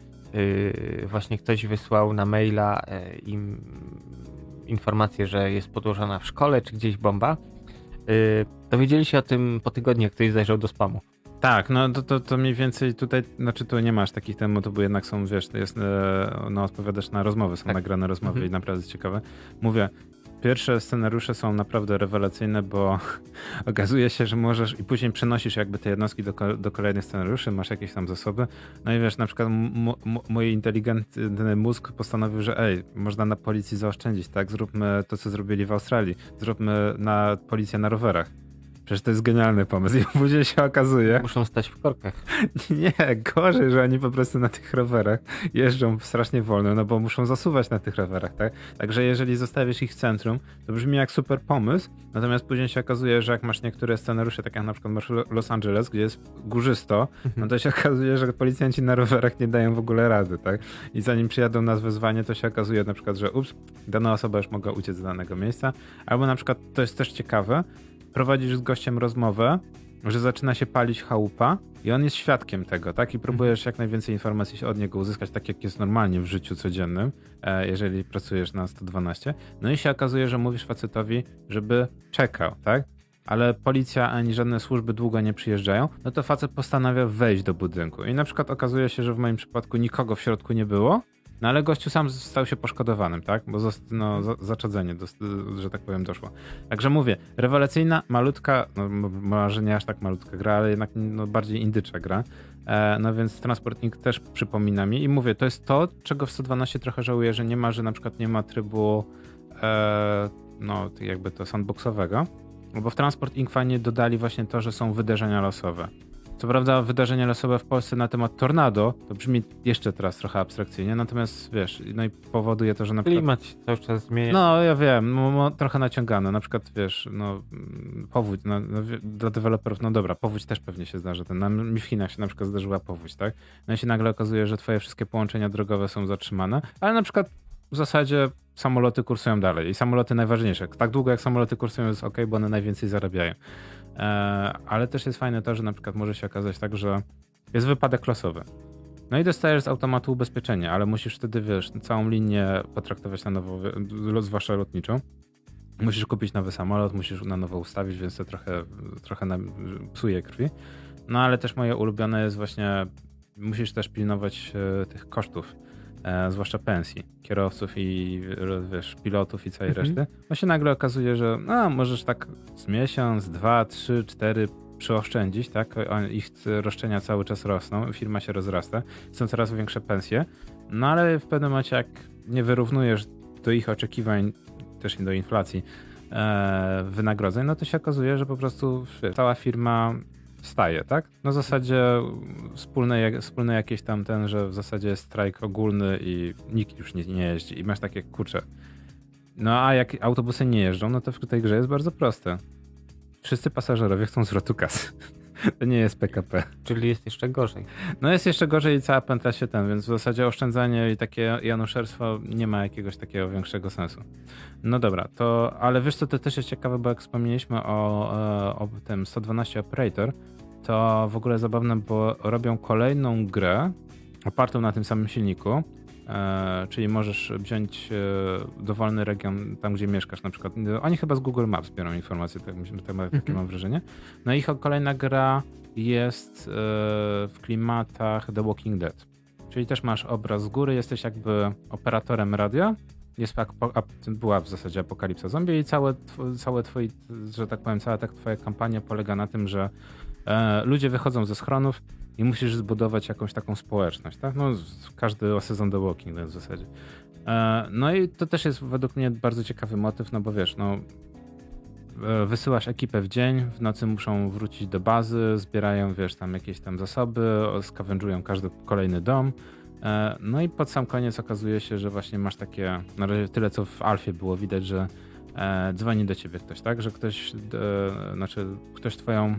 właśnie ktoś wysłał na maila im informację, że jest podłożona w szkole, czy gdzieś bomba. Dowiedzieli się o tym po tygodniu, jak ktoś zajrzał do spamu. Tak, no to mniej więcej tutaj, znaczy tu nie masz takich tematów, bo jednak są, wiesz, to jest, no odpowiadasz na rozmowy, są nagrane rozmowy i naprawdę ciekawe. Mówię, pierwsze scenariusze są naprawdę rewelacyjne, bo okazuje się, że możesz i później przenosisz jakby te jednostki do kolejnych scenariuszy, masz jakieś tam zasoby. No i wiesz, na przykład mój inteligentny mózg postanowił, że można na policji zaoszczędzić, tak? Zróbmy to, co zrobili w Australii. Zróbmy policję na rowerach. Przecież to jest genialny pomysł i później się okazuje... Muszą stać w korkach. Nie, gorzej, że oni po prostu na tych rowerach jeżdżą strasznie wolno, no bo muszą zasuwać na tych rowerach, tak? Także jeżeli zostawisz ich w centrum, to brzmi jak super pomysł, natomiast później się okazuje, że jak masz niektóre scenariusze, tak jak na przykład masz Los Angeles, gdzie jest górzysto, no to się okazuje, że policjanci na rowerach nie dają w ogóle rady, tak? I zanim przyjadą na wezwanie, to się okazuje na przykład, że dana osoba już mogła uciec z danego miejsca, albo na przykład, to jest też ciekawe, prowadzisz z gościem rozmowę, że zaczyna się palić chałupa i on jest świadkiem tego, tak? I próbujesz jak najwięcej informacji od niego uzyskać, tak jak jest normalnie w życiu codziennym, jeżeli pracujesz na 112. No i się okazuje, że mówisz facetowi, żeby czekał, tak? Ale policja ani żadne służby długo nie przyjeżdżają, no to facet postanawia wejść do budynku. I na przykład okazuje się, że w moim przypadku nikogo w środku nie było, no ale gościu sam stał się poszkodowanym, tak? Bo zaczadzenie, że tak powiem, doszło. Także mówię, rewelacyjna, malutka, no może nie aż tak malutka gra, ale jednak bardziej indycza gra. No więc Transporting też przypomina mi i mówię, to jest to, czego w 112 trochę żałuję, że nie ma, że na przykład nie ma trybu jakby to sandboxowego, bo w Transporting fajnie dodali właśnie to, że są wydarzenia losowe. Co prawda wydarzenia losowe w Polsce na temat tornado, to brzmi jeszcze teraz trochę abstrakcyjnie, natomiast wiesz, no i powoduje to, że na przykład... Klimat cały czas zmienia. No ja wiem, trochę naciągane, na przykład wiesz, powódź, dla deweloperów, no dobra, powódź też pewnie się zdarzy, mi w Chinach się na przykład zdarzyła powódź, tak? No i się nagle okazuje, że twoje wszystkie połączenia drogowe są zatrzymane, ale na przykład w zasadzie samoloty kursują dalej i samoloty najważniejsze. Tak długo jak samoloty kursują jest ok, bo one najwięcej zarabiają. Ale też jest fajne to, że na przykład może się okazać tak, że jest wypadek losowy. No i dostajesz z automatu ubezpieczenie, ale musisz wtedy, wiesz, całą linię potraktować na nowo, zwłaszcza lotniczą. Musisz kupić nowy samolot, musisz na nowo ustawić, więc to trochę psuje krwi. No ale też moje ulubione jest właśnie, musisz też pilnować tych kosztów, zwłaszcza pensji kierowców i wiesz, pilotów i całej reszty. No się nagle okazuje, że możesz tak z miesiąc, 2, 3, 4 przyoszczędzić, tak? Ich roszczenia cały czas rosną, firma się rozrasta, są coraz większe pensje, no ale w pewnym momencie jak nie wyrównujesz do ich oczekiwań, też i do inflacji wynagrodzeń, no to się okazuje, że po prostu cała firma staje, tak? Na zasadzie wspólne jakieś tam że w zasadzie jest strajk ogólny i nikt już nie jeździ i masz takie, kurczę, No a jak autobusy nie jeżdżą, no to w tej grze jest bardzo proste. Wszyscy pasażerowie chcą zwrotu kasy. To nie jest PKP. Czyli jest jeszcze gorzej. No jest jeszcze gorzej i cała pętla się więc w zasadzie oszczędzanie i takie januszerstwo nie ma jakiegoś takiego większego sensu. No dobra, ale wiesz co, to też jest ciekawe, bo jak wspomnieliśmy o tym 112 Operator, to w ogóle zabawne, bo robią kolejną grę opartą na tym samym silniku, czyli możesz wziąć dowolny region tam, gdzie mieszkasz na przykład. Oni chyba z Google Maps biorą informacje, takie mam wrażenie. No i kolejna gra jest w klimatach The Walking Dead. Czyli też masz obraz z góry, jesteś jakby operatorem radia, była w zasadzie apokalipsa zombie i całe twoje, że tak powiem, cała twoja kampania polega na tym, że ludzie wychodzą ze schronów i musisz zbudować jakąś taką społeczność, tak? No, każdy sezon The Walking Dead w zasadzie. No i to też jest według mnie bardzo ciekawy motyw, no bo wiesz, wysyłasz ekipę w dzień, w nocy muszą wrócić do bazy, zbierają, wiesz, tam jakieś tam zasoby, skawędżują każdy kolejny dom. No i pod sam koniec okazuje się, że właśnie masz takie, na razie tyle co w Alfie było widać, że dzwoni do ciebie ktoś, tak? Że ktoś twoją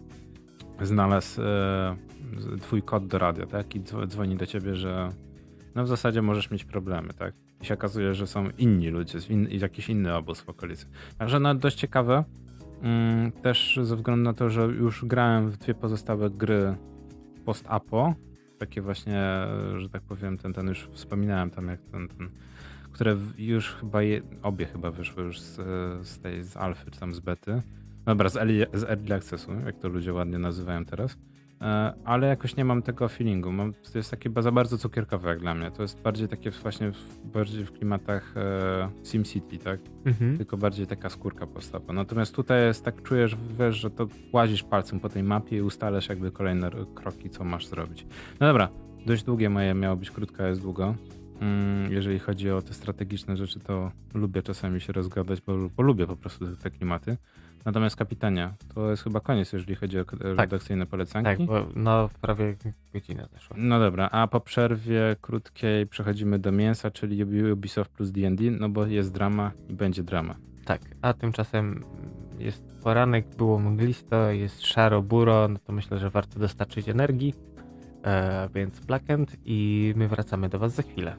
znalazł twój kod do radia, tak? I dzwoni do ciebie, że no w zasadzie możesz mieć problemy, tak? I się okazuje, że są inni ludzie, jakiś inny obóz w okolicy. Także no dość ciekawe. Też ze względu na to, że już grałem w 2 pozostałe gry post-apo, takie właśnie, że tak powiem, ten już wspominałem tam, jak ten które już chyba obie chyba wyszły już z alfy, czy tam z bety. Dobra, z early accessu, jak to ludzie ładnie nazywają teraz. Ale jakoś nie mam tego feelingu. To jest takie za bardzo cukierkowe jak dla mnie. To jest bardziej takie właśnie bardziej w klimatach SimCity, tak? Tylko bardziej taka skórka postawa. Natomiast tutaj jest tak, czujesz, wiesz, że to łazisz palcem po tej mapie i ustalasz jakby kolejne kroki, co masz zrobić. No dobra, dość długie moje miało być, krótka jest długo. Jeżeli chodzi o te strategiczne rzeczy, to lubię czasami się rozgadać, bo lubię po prostu te klimaty. Natomiast kapitanie, to jest chyba koniec, jeżeli chodzi o redakcyjne polecanki. Tak, bo prawie godzina zeszła. No dobra, a po przerwie krótkiej przechodzimy do mięsa, czyli Ubisoft plus D&D, no bo jest drama i będzie drama. Tak, a tymczasem jest poranek, było mglisto, jest szaro, buro, no to myślę, że warto dostarczyć energii, więc Blackened i my wracamy do was za chwilę.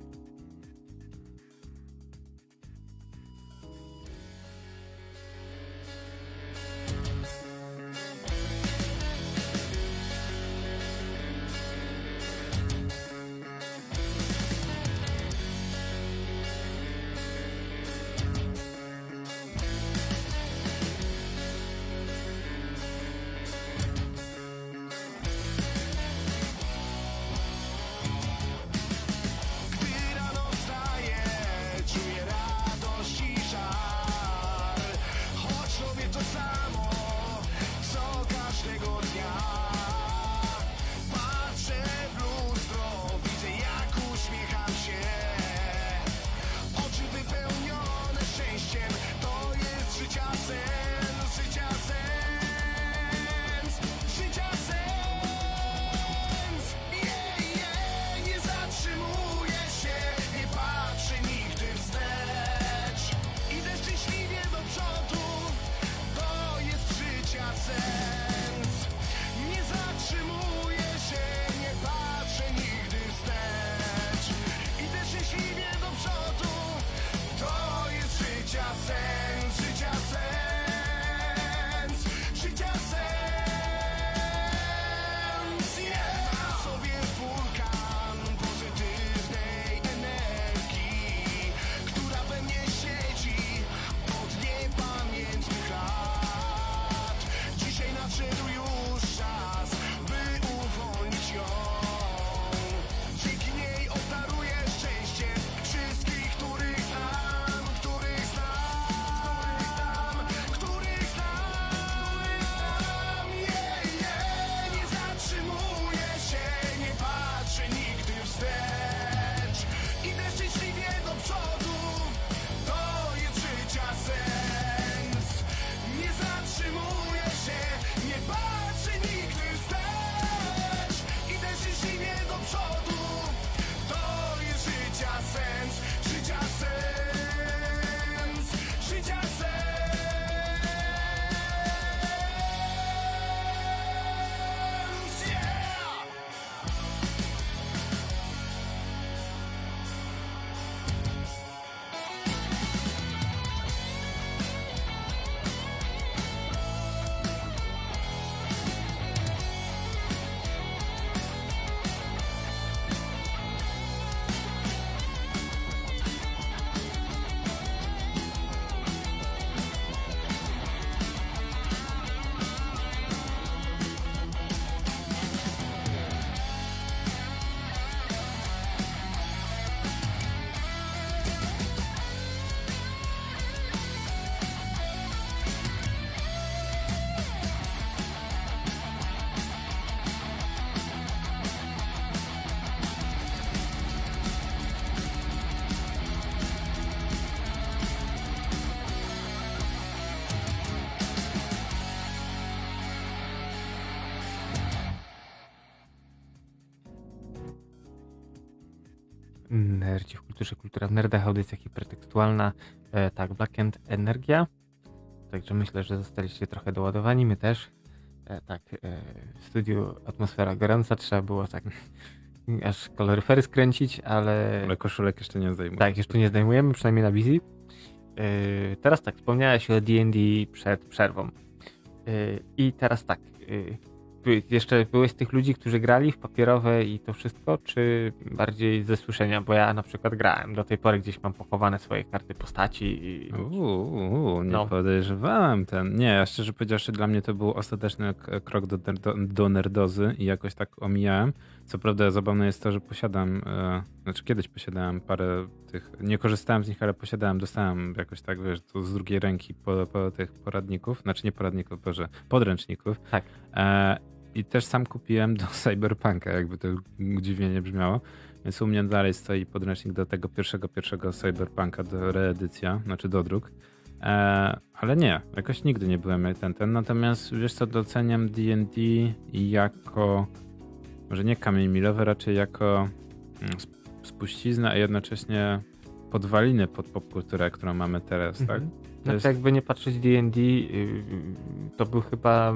Nerdzi w kulturze, kultura w nerdach, audycja hipertekstualna, tak, Blackend Energia. Także myślę, że zostaliście trochę doładowani, my też. Tak, w studiu atmosfera gorąca, trzeba było tak aż kaloryfery skręcić, ale... Ale koszulek jeszcze nie zdejmujemy. Tak, jeszcze nie zdejmujemy, przynajmniej na wizji. Teraz tak, wspomniałeś o D&D przed przerwą. I teraz tak, jeszcze byłeś z tych ludzi, którzy grali w papierowe i to wszystko, czy bardziej ze słyszenia? Bo ja na przykład grałem, do tej pory gdzieś mam pochowane swoje karty postaci. Nie podejrzewałem ten. Nie, ja szczerze powiedziawszy, dla mnie to był ostateczny krok do nerdozy i jakoś tak omijałem. Co prawda zabawne jest to, że posiadam, kiedyś posiadałem parę tych, nie korzystałem z nich, ale dostałem jakoś tak, wiesz, to z drugiej ręki po tych poradników, znaczy nie poradników, podręczników. Tak. I też sam kupiłem do Cyberpunka, jakby to dziwnie nie brzmiało. Więc u mnie dalej stoi podręcznik do tego pierwszego Cyberpunka, do reedycja, znaczy do druk. Ale nie, jakoś nigdy nie byłem ten. Natomiast wiesz co, doceniam D&D jako, może nie kamień milowy, raczej jako spuściznę, a jednocześnie podwaliny pod popkulturę, którą mamy teraz, tak? Znaczy jakby nie patrzeć D&D, to był chyba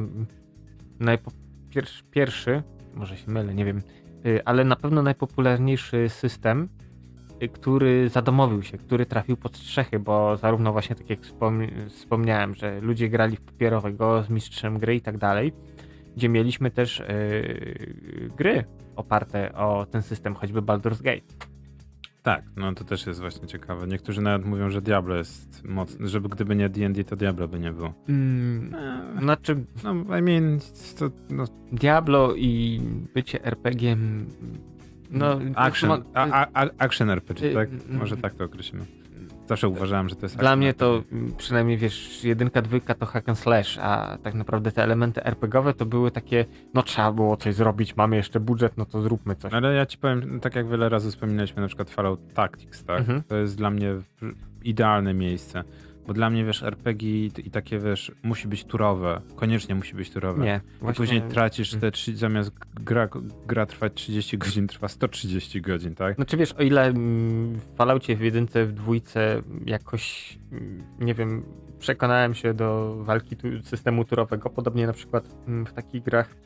pierwszy, może się mylę, nie wiem, ale na pewno najpopularniejszy system, który zadomowił się, który trafił pod strzechy, bo zarówno właśnie tak jak wspomniałem, że ludzie grali w papierowego z mistrzem gry i tak dalej, gdzie mieliśmy też gry oparte o ten system, choćby Baldur's Gate. Tak, no to też jest właśnie ciekawe. Niektórzy nawet mówią, że Diablo jest mocny, żeby gdyby nie D&D, to Diablo by nie było. Znaczy... No, Diablo i bycie RPG-iem... Action RPG, tak? Może tak to określimy. Zawsze uważałem, że to jest... Dla mnie to przynajmniej, wiesz, 1, 2 to hack and slash, a tak naprawdę te elementy RPGowe to były takie, no trzeba było coś zrobić, mamy jeszcze budżet, no to zróbmy coś. Ale ja ci powiem, tak jak wiele razy wspominaliśmy, na przykład Fallout Tactics, tak? To jest dla mnie idealne miejsce. Bo dla mnie, wiesz, RPG i takie, wiesz, musi być turowe. Koniecznie musi być turowe. Nie. I później tracisz te zamiast gra trwać 30 godzin, trwa 130 godzin, tak? Znaczy wiesz, o ile w Falloutie, w 1, w 2 jakoś, nie wiem, przekonałem się do walki systemu turowego, podobnie na przykład w takich grach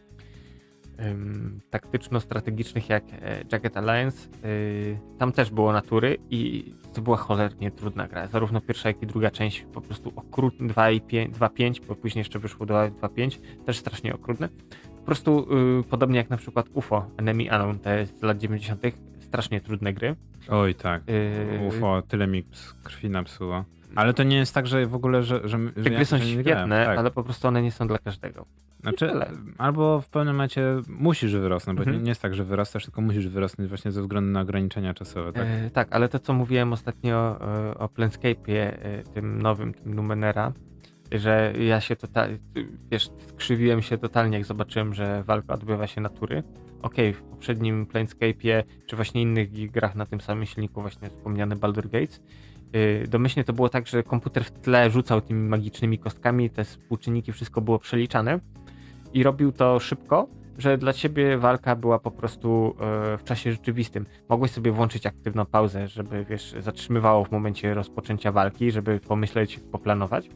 taktyczno-strategicznych jak Jagged Alliance, tam też było natury i to była cholernie trudna gra. Zarówno pierwsza, jak i druga część po prostu okrutne, 2.5, bo później jeszcze wyszło 2.5, też strasznie okrutne. Po prostu podobnie jak na przykład UFO, Enemy Unknown, te z lat 90., strasznie trudne gry. Oj tak, UFO tyle mi krwi napsuło. Ale to nie jest tak, że w ogóle, że te gry są świetne, tak. ale po prostu one nie są dla każdego. Znaczy, albo w pewnym momencie musisz wyrosnąć, bo nie jest tak, że wyrastasz, tylko musisz wyrosnąć właśnie ze względu na ograniczenia czasowe, tak? Tak, ale to co mówiłem ostatnio o Planescape'ie, tym nowym, tym Numenera, że ja się skrzywiłem się totalnie, jak zobaczyłem, że walka odbywa się natury. Okej, w poprzednim Planescape'ie, czy właśnie innych grach na tym samym silniku, właśnie wspomniany Baldur's Gate, domyślnie to było tak, że komputer w tle rzucał tymi magicznymi kostkami, te współczynniki, wszystko było przeliczane i robił to szybko, że dla ciebie walka była po prostu w czasie rzeczywistym. Mogłeś sobie włączyć aktywną pauzę, żeby, wiesz, zatrzymywało w momencie rozpoczęcia walki, żeby pomyśleć, poplanować.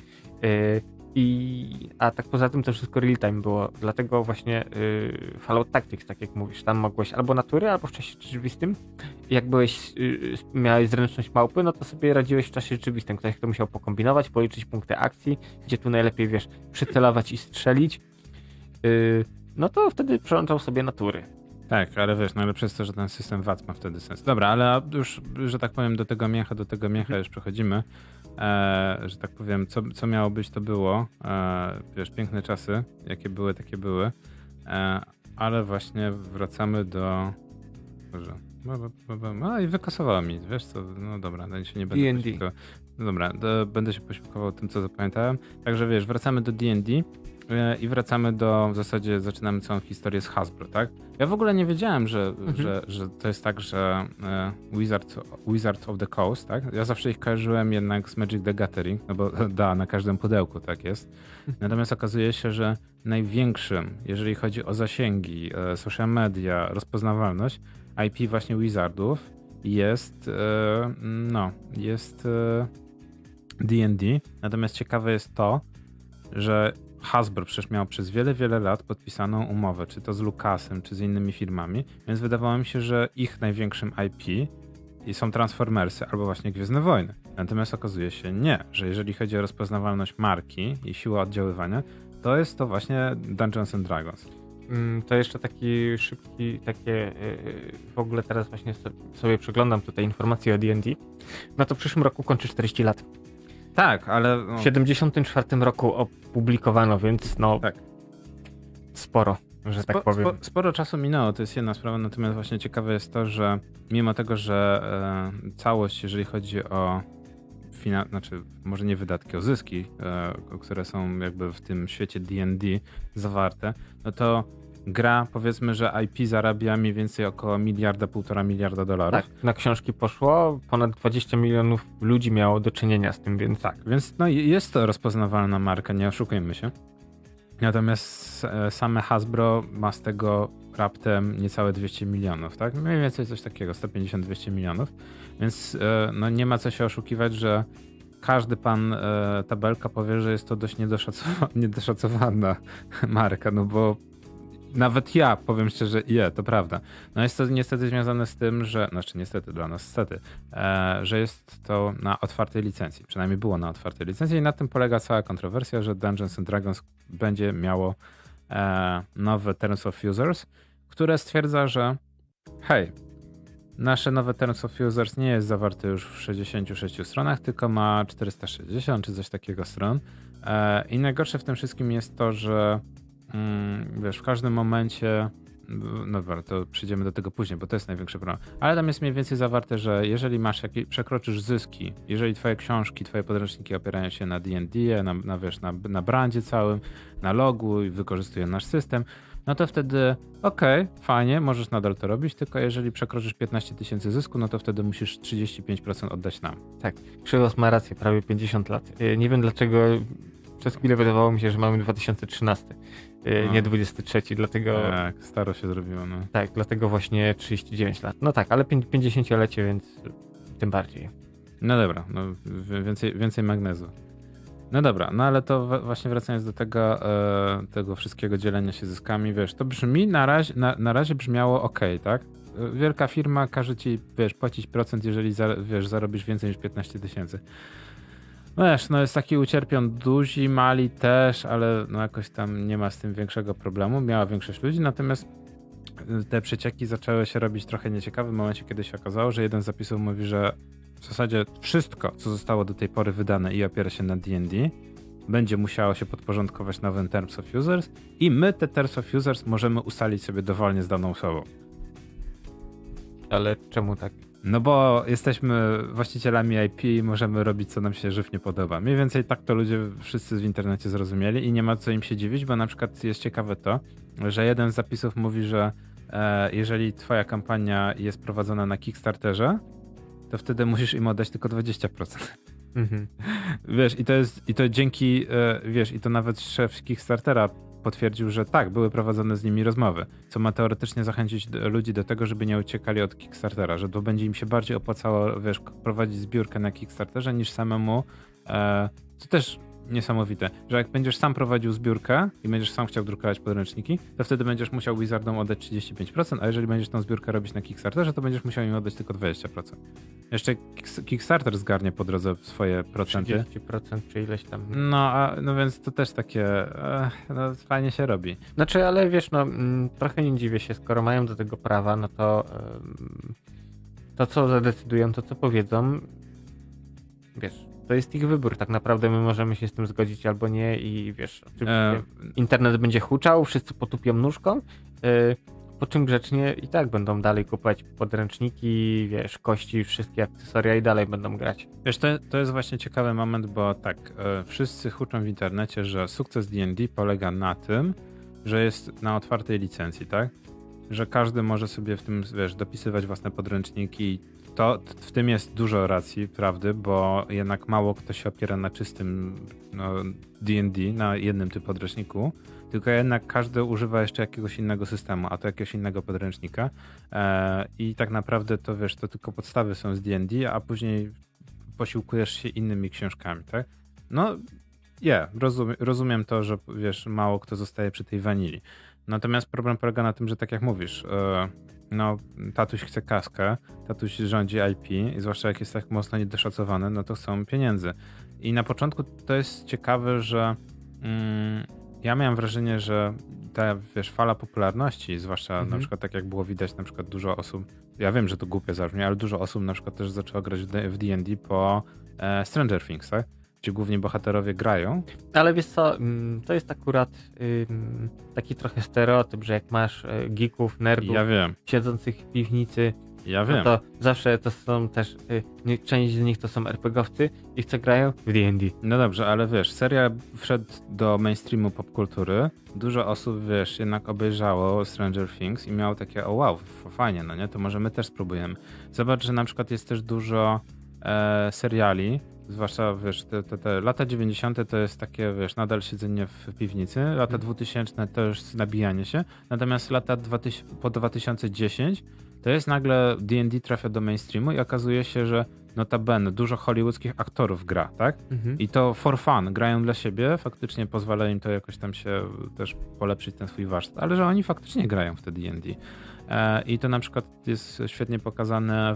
A tak poza tym to wszystko real time było, dlatego właśnie Fallout Tactics, tak jak mówisz, tam mogłeś albo natury, albo w czasie rzeczywistym. Jak miałeś zręczność małpy, no to sobie radziłeś w czasie rzeczywistym. Ktoś kto musiał pokombinować, policzyć punkty akcji, gdzie tu najlepiej, wiesz, przycelować i strzelić, no to wtedy przełączał sobie natury. Tak, ale wiesz, najlepsze jest to, że ten system VAT ma wtedy sens. Dobra, ale już, że tak powiem, do tego miecha już przechodzimy. Że tak powiem, co miało być, to było. Wiesz, piękne czasy, jakie były, takie były. Ale właśnie wracamy do... Boże. I wykasowało mi, wiesz co, no dobra, no się nie będę posiłkował. Dobra, będę się posiłkował tym, co zapamiętałem. Także wiesz, wracamy do D&D i wracamy w zasadzie zaczynamy całą historię z Hasbro, tak? Ja w ogóle nie wiedziałem, że to jest tak, że Wizards of the Coast, tak? Ja zawsze ich kojarzyłem jednak z Magic the Gathering, no bo na każdym pudełku tak jest. Natomiast okazuje się, że największym, jeżeli chodzi o zasięgi, social media, rozpoznawalność, IP właśnie Wizardów jest D&D. Natomiast ciekawe jest to, że Hasbro przecież miał przez wiele, wiele lat podpisaną umowę, czy to z Lucasem, czy z innymi firmami, więc wydawało mi się, że ich największym IP są Transformersy albo właśnie Gwiezdne Wojny. Natomiast okazuje się nie, że jeżeli chodzi o rozpoznawalność marki i siłę oddziaływania, to jest to właśnie Dungeons and Dragons. To jeszcze taki szybki, w ogóle teraz właśnie sobie przeglądam tutaj informacje o D&D. No to w przyszłym roku kończy 40 lat. Tak, ale... W 74 roku opublikowano, więc no tak. Sporo, że tak powiem. Sporo czasu minęło, to jest jedna sprawa, natomiast właśnie ciekawe jest to, że mimo tego, że całość, jeżeli chodzi o znaczy może nie wydatki, o zyski, które są jakby w tym świecie D&D zawarte, no to gra, powiedzmy, że IP zarabia mniej więcej około 1,5 miliarda dolarów. Tak, na książki poszło, ponad 20 milionów ludzi miało do czynienia z tym, więc... Tak, więc no jest to rozpoznawalna marka, nie oszukujmy się. Natomiast same Hasbro ma z tego raptem niecałe 200 milionów, tak? Mniej więcej coś takiego, 150-200 milionów. Więc no nie ma co się oszukiwać, że każdy pan Tabelka powie, że jest to dość niedoszacowana marka, no bo nawet ja powiem szczerze, to prawda. No jest to niestety związane z tym, że, znaczy niestety dla nas, że jest to na otwartej licencji. Przynajmniej było na otwartej licencji i na tym polega cała kontrowersja, że Dungeons and Dragons będzie miało nowe Terms of Users, które stwierdza, że hej, nasze nowe Terms of Users nie jest zawarte już w 66 stronach, tylko ma 460 czy coś takiego stron. I najgorsze w tym wszystkim jest to, że wiesz, w każdym momencie, no dobra, to przyjdziemy do tego później, bo to jest największy problem, ale tam jest mniej więcej zawarte, że jeżeli przekroczysz zyski, jeżeli twoje książki, twoje podręczniki opierają się na D&D, na brandzie całym, na logu i wykorzystują nasz system, no to wtedy fajnie, możesz nadal to robić, tylko jeżeli przekroczysz 15 000 zysku, no to wtedy musisz 35% oddać nam. Tak, Krzylos ma rację, prawie 50 lat. Nie wiem dlaczego przez chwilę wydawało mi się, że mamy 2013, nie 23, dlatego... Tak, staro się zrobiło, no. Tak, dlatego właśnie 39 lat. No tak, ale 50-lecie, więc tym bardziej. No dobra, no więcej magnezu. No dobra, no ale to właśnie wracając do tego wszystkiego dzielenia się zyskami, wiesz, to brzmi na razie brzmiało okej, tak? Wielka firma każe ci, wiesz, płacić procent, jeżeli zarobisz więcej niż 15 000. Wiesz, no jest taki ucierpią duzi, mali też, ale no jakoś tam nie ma z tym większego problemu. Miała większość ludzi, natomiast te przecieki zaczęły się robić trochę nieciekawe w momencie, kiedy się okazało, że jeden z zapisów mówi, że w zasadzie wszystko, co zostało do tej pory wydane i opiera się na D&D, będzie musiało się podporządkować nowym Terms of Users i my te Terms of Users możemy ustalić sobie dowolnie z daną osobą. Ale czemu tak? No bo jesteśmy właścicielami IP i możemy robić, co nam się żywnie podoba. Mniej więcej tak to ludzie wszyscy w internecie zrozumieli i nie ma co im się dziwić, bo na przykład jest ciekawe to, że jeden z zapisów mówi, że jeżeli twoja kampania jest prowadzona na Kickstarterze, to wtedy musisz im oddać tylko 20%. Mhm. Wiesz, i to dzięki, wiesz, i to nawet szef Kickstartera potwierdził, że tak, były prowadzone z nimi rozmowy, co ma teoretycznie zachęcić ludzi do tego, żeby nie uciekali od Kickstartera, że to będzie im się bardziej opłacało, wiesz, prowadzić zbiórkę na Kickstarterze niż samemu, co też niesamowite, że jak będziesz sam prowadził zbiórkę i będziesz sam chciał drukować podręczniki, to wtedy będziesz musiał Wizardom oddać 35%, a jeżeli będziesz tą zbiórkę robić na Kickstarterze, to będziesz musiał im oddać tylko 20%. Jeszcze Kickstarter zgarnie po drodze swoje procenty. 30% czy ileś tam. No więc to też takie, no fajnie się robi. Znaczy, ale wiesz, no trochę nie dziwię się, skoro mają do tego prawa, no to to co zadecydują, to co powiedzą, wiesz, to jest ich wybór. Tak naprawdę my możemy się z tym zgodzić albo nie i wiesz, oczywiście internet będzie huczał, wszyscy potupią nóżką, po czym grzecznie i tak będą dalej kupować podręczniki, wiesz, kości, wszystkie akcesoria i dalej będą grać. Wiesz, to jest właśnie ciekawy moment, bo tak, wszyscy huczą w internecie, że sukces D&D polega na tym, że jest na otwartej licencji, tak? Że każdy może sobie w tym, wiesz, dopisywać własne podręczniki. To w tym jest dużo racji, prawdy, bo jednak mało kto się opiera na czystym D&D, na jednym typu podręczniku, tylko jednak każdy używa jeszcze jakiegoś innego systemu, a to jakiegoś innego podręcznika i tak naprawdę to wiesz, to tylko podstawy są z D&D, a później posiłkujesz się innymi książkami, tak? No, rozumiem to, że wiesz, mało kto zostaje przy tej wanilii. Natomiast problem polega na tym, że tak jak mówisz, tatuś chce kaskę, tatuś rządzi IP i zwłaszcza jak jest tak mocno niedoszacowany, no to chcą pieniędzy. I na początku to jest ciekawe, że ja miałem wrażenie, że ta wiesz, fala popularności, zwłaszcza na przykład tak jak było widać, na przykład dużo osób, ja wiem, że to głupie zabrzmi, ale dużo osób na przykład też zaczęło grać w D&D po Stranger Things, tak? Gdzie głównie bohaterowie grają. Ale wiesz co, to jest akurat taki trochę stereotyp, że jak masz geeków, nerdów siedzących w piwnicy, no to zawsze to są też, część z nich to są RPGowcy i co grają w D&D. No dobrze, ale wiesz, serial wszedł do mainstreamu popkultury, dużo osób, wiesz, jednak obejrzało Stranger Things i miało takie, o wow, fajnie, no nie, to może my też spróbujemy. Zobacz, że na przykład jest też dużo seriali, zwłaszcza, wiesz, te lata 90. to jest takie, wiesz, nadal siedzenie w piwnicy, lata 2000 to już nabijanie się, natomiast lata po 2010 to jest nagle D&D trafia do mainstreamu i okazuje się, że notabene dużo hollywoodzkich aktorów gra, tak? I to for fun, grają dla siebie, faktycznie pozwala im to jakoś tam się też polepszyć ten swój warsztat, ale że oni faktycznie grają w te D&D. I to na przykład jest świetnie pokazane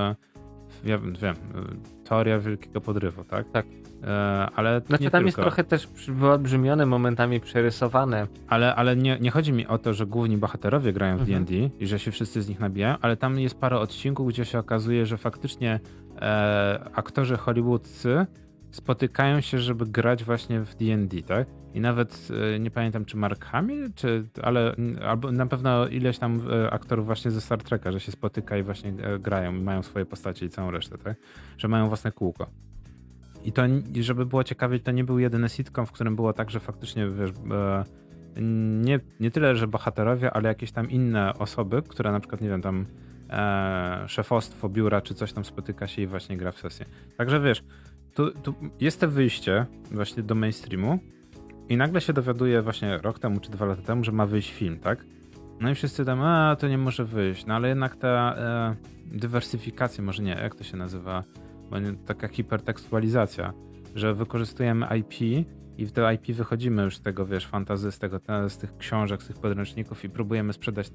wiem, teoria wielkiego podrywu, tak? Tak. Ale znaczy nie tam tylko. jest trochę też wyolbrzymione, momentami przerysowane. Ale nie chodzi mi o to, że główni bohaterowie grają w D&D i że się wszyscy z nich nabijają, ale tam jest parę odcinków, gdzie się okazuje, że faktycznie aktorzy hollywoodzcy spotykają się, żeby grać właśnie w D&D, tak? I nawet nie pamiętam, czy Mark Hamill, ale albo na pewno ileś tam aktorów właśnie ze Star Treka, że się spotyka i właśnie grają i mają swoje postacie i całą resztę, tak? Że mają własne kółko. I to, żeby było ciekawie, to nie był jedyny sitcom, w którym było tak, że faktycznie, wiesz, nie tyle, że bohaterowie, ale jakieś tam inne osoby, które na przykład, nie wiem, tam szefostwo biura czy coś tam spotyka się i właśnie gra w sesję. Także wiesz, tu jest to wyjście właśnie do mainstreamu i nagle się dowiaduje właśnie rok temu czy 2 lata temu, że ma wyjść film, tak? No i wszyscy tam, to nie może wyjść, no ale jednak ta dywersyfikacja, może nie, jak to się nazywa? Taka hipertekstualizacja, że wykorzystujemy IP i w te IP wychodzimy już z tego, wiesz, fantasy, z tych książek, z tych podręczników i próbujemy sprzedać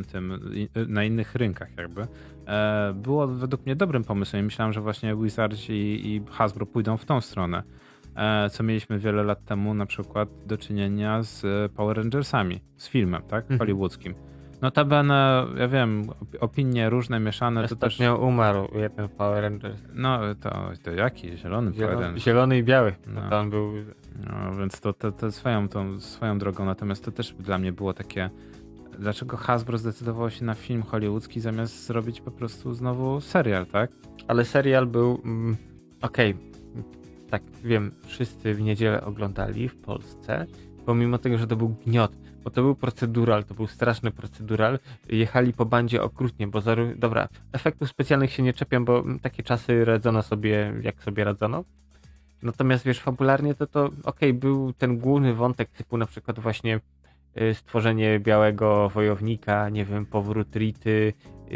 na innych rynkach jakby. Było według mnie dobrym pomysłem i myślałem, że właśnie Wizards i Hasbro pójdą w tą stronę. Co mieliśmy wiele lat temu na przykład do czynienia z Power Rangersami, z filmem, tak? Hollywoodzkim. Notabene, ja wiem, opinie różne, mieszane. Ostatnio umarł jeden Power Rangers. No to jaki? Zielony Power Rangers. Zielony i biały. No. On był... No, więc to swoją drogą. Natomiast to też dla mnie było takie, dlaczego Hasbro zdecydowało się na film hollywoodzki zamiast zrobić po prostu znowu serial, tak? Ale serial był... okej. Tak, wiem, wszyscy w niedzielę oglądali w Polsce, pomimo tego, że to był gniot. Bo to był procedural, to był straszny procedural. Jechali po bandzie okrutnie, bo dobra, efektów specjalnych się nie czepiam, bo takie czasy radzono sobie, jak sobie radzono. Natomiast wiesz, fabularnie to był ten główny wątek typu na przykład właśnie stworzenie białego wojownika, nie wiem, powrót Rity,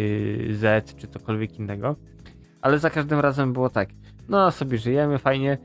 Z czy cokolwiek innego. Ale za każdym razem było tak, no sobie żyjemy fajnie,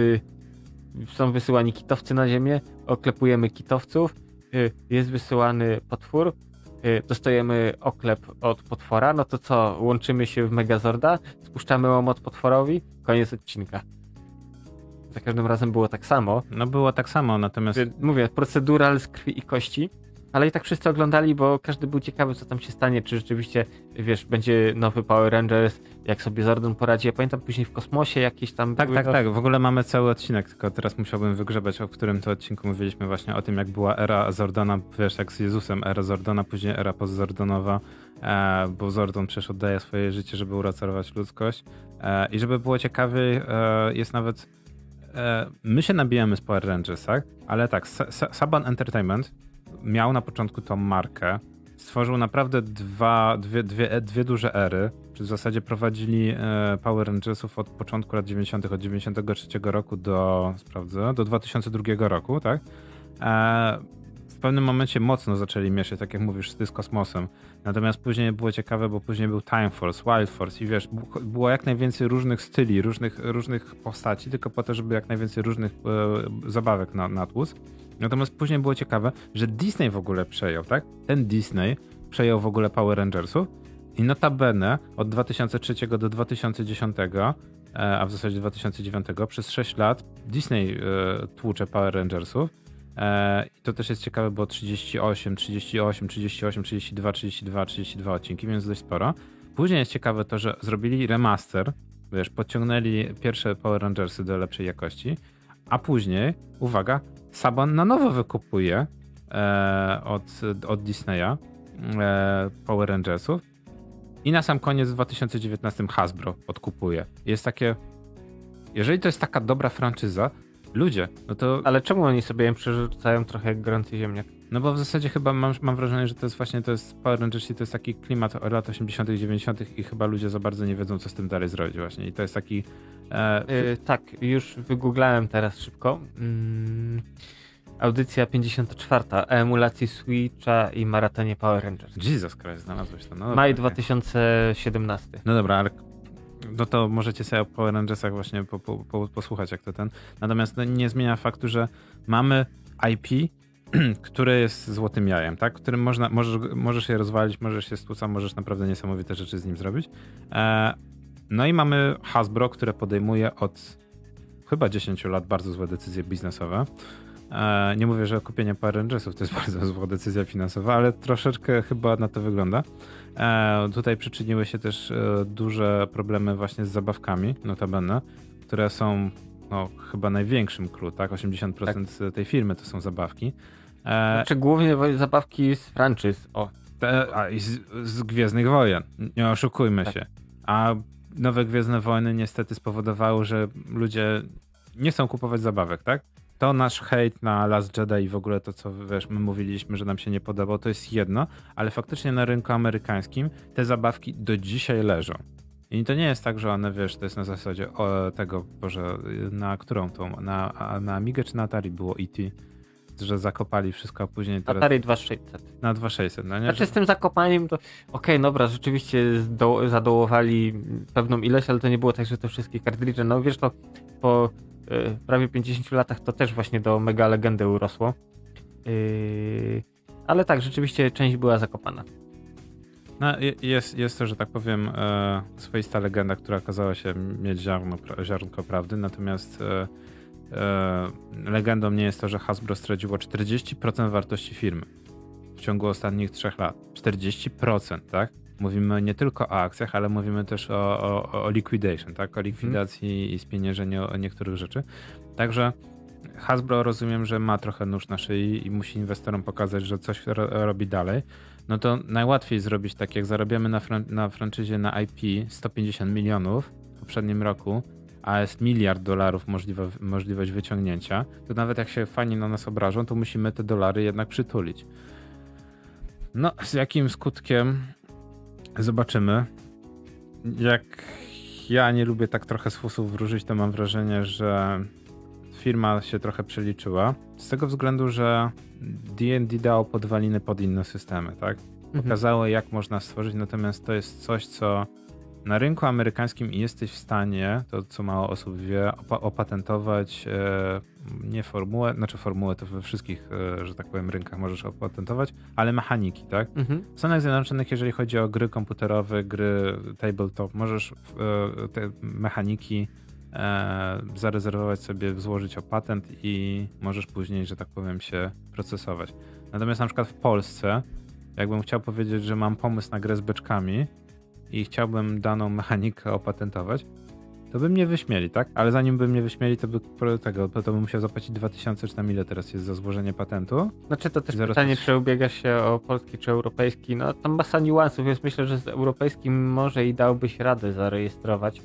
są wysyłani kitowcy na ziemię, oklepujemy kitowców, jest wysyłany potwór, dostajemy oklep od potwora, no to co, łączymy się w Megazorda, spuszczamy łomot potworowi, koniec odcinka. Za każdym razem było tak samo. No było tak samo, natomiast... Mówię, procedural z krwi i kości, ale i tak wszyscy oglądali, bo każdy był ciekawy, co tam się stanie, czy rzeczywiście, wiesz, będzie nowy Power Rangers, jak sobie Zordon poradzi. Ja pamiętam później w kosmosie jakieś tam... Tak. W ogóle mamy cały odcinek, tylko teraz musiałbym wygrzebać, o którym to odcinku mówiliśmy właśnie o tym, jak była era Zordona, wiesz, jak z Jezusem era Zordona, później era post-Zordonowa, bo Zordon przecież oddaje swoje życie, żeby uratować ludzkość. I żeby było ciekawiej, jest nawet... My się nabijamy z Power Rangers, tak? Ale tak, Saban Entertainment miał na początku tą markę, stworzył naprawdę dwie duże ery, W zasadzie prowadzili Power Rangersów od początku lat 90., od 93 roku do 2002 roku, tak? W pewnym momencie mocno zaczęli mieszać, tak jak mówisz, z kosmosem. Natomiast później było ciekawe, bo później był Time Force, Wild Force i wiesz, było jak najwięcej różnych styli, różnych postaci, tylko po to, żeby jak najwięcej różnych zabawek natłuc. Natomiast później było ciekawe, że Disney w ogóle przejął, tak? Ten Disney przejął w ogóle Power Rangersów i notabene od 2003 do 2010, a w zasadzie 2009, przez 6 lat Disney tłucze Power Rangersów. I to też jest ciekawe, bo 38, 32 odcinki, więc dość sporo. Później jest ciekawe to, że zrobili remaster, wiesz, podciągnęli pierwsze Power Rangersy do lepszej jakości, a później, uwaga, Saban na nowo wykupuje od Disneya Power Rangersów i na sam koniec w 2019 Hasbro odkupuje. Jest takie, jeżeli to jest taka dobra franczyza, ludzie, no to... Ale czemu oni sobie ją przerzucają trochę jak gorący ziemniak? No bo w zasadzie chyba mam wrażenie, że to jest właśnie, Power Rangers to jest taki klimat lat 80 -tych, 90 i chyba ludzie za bardzo nie wiedzą, co z tym dalej zrobić właśnie. I to jest taki... Tak, już wygooglałem teraz szybko. Audycja 54. O emulacji Switcha i maratonie Power Rangers. Jesus Christ, znalazłeś to. No, maj 2017. No dobra, ale no to możecie sobie o Power Rangersach właśnie posłuchać, jak to ten. Natomiast nie zmienia faktu, że mamy IP, które jest złotym jajem, tak? Którym możesz je rozwalić, możesz się stłucać, możesz naprawdę niesamowite rzeczy z nim zrobić. No i mamy Hasbro, które podejmuje od chyba 10 lat bardzo złe decyzje biznesowe. Nie mówię, że kupienie Power Rangersów to jest bardzo zła decyzja finansowa, ale troszeczkę chyba na to wygląda. Tutaj przyczyniły się też duże problemy właśnie z zabawkami, notabene, które są chyba największym clue, tak? 80% tej firmy to są zabawki. Znaczy głównie zabawki z franczyz. Z Gwiezdnych Wojen, nie oszukujmy się. A nowe Gwiezdne Wojny niestety spowodowały, że ludzie nie chcą kupować zabawek, tak? To nasz hejt na Last Jedi i w ogóle to, co wiesz, my mówiliśmy, że nam się nie podobało, to jest jedno, ale faktycznie na rynku amerykańskim te zabawki do dzisiaj leżą. I to nie jest tak, że one, wiesz, to jest na zasadzie tego, Boże, na którą tą, na Amigę czy na Atari było E.T., że zakopali wszystko, a później teraz... Atari 2600. Na 2600, no nie? Znaczy z tym zakopaniem to okej, dobra, rzeczywiście zadołowali pewną ilość, ale to nie było tak, że to wszystkie kartridże, no wiesz, to po prawie 50 latach to też właśnie do mega legendy urosło. Ale tak, rzeczywiście część była zakopana. No, jest to, że tak powiem, swoista legenda, która okazała się mieć ziarnko prawdy, natomiast legendą nie jest to, że Hasbro straciło 40% wartości firmy w ciągu ostatnich 3 lat. 40%, tak? Mówimy nie tylko o akcjach, ale mówimy też o liquidation, tak? O likwidacji i spieniężeniu niektórych rzeczy. Także Hasbro, rozumiem, że ma trochę nóż na szyi i musi inwestorom pokazać, że coś robi dalej. No to najłatwiej zrobić tak, jak zarabiamy na franczyzie na IP 150 milionów w poprzednim roku, a jest $1 miliard możliwość wyciągnięcia, to nawet jak się fani na nas obrażą, to musimy te dolary jednak przytulić. No, z jakim skutkiem zobaczymy. Jak ja nie lubię tak trochę z fusów wróżyć, to mam wrażenie, że firma się trochę przeliczyła. Z tego względu, że D&D dało podwaliny pod inne systemy, tak? Pokazało, jak można stworzyć, natomiast to jest coś, co na rynku amerykańskim jesteś w stanie, to co mało osób wie, opatentować nie formułę, znaczy formułę to we wszystkich, że tak powiem, rynkach możesz opatentować, ale mechaniki, tak? W Stanach Zjednoczonych, jeżeli chodzi o gry komputerowe, gry tabletop, możesz te mechaniki zarezerwować sobie, złożyć o patent i możesz później, że tak powiem, się procesować. Natomiast na przykład w Polsce, jakbym chciał powiedzieć, że mam pomysł na grę z beczkami i chciałbym daną mechanikę opatentować, to by mnie wyśmieli, tak? Ale zanim by mnie wyśmieli, to bym musiał zapłacić 2000, czy tam ile teraz jest za złożenie patentu. Znaczy to też pytanie, czy ubiega się o polski, czy europejski. No tam masa niuansów, więc myślę, że z europejskim może i dałbyś radę zarejestrować.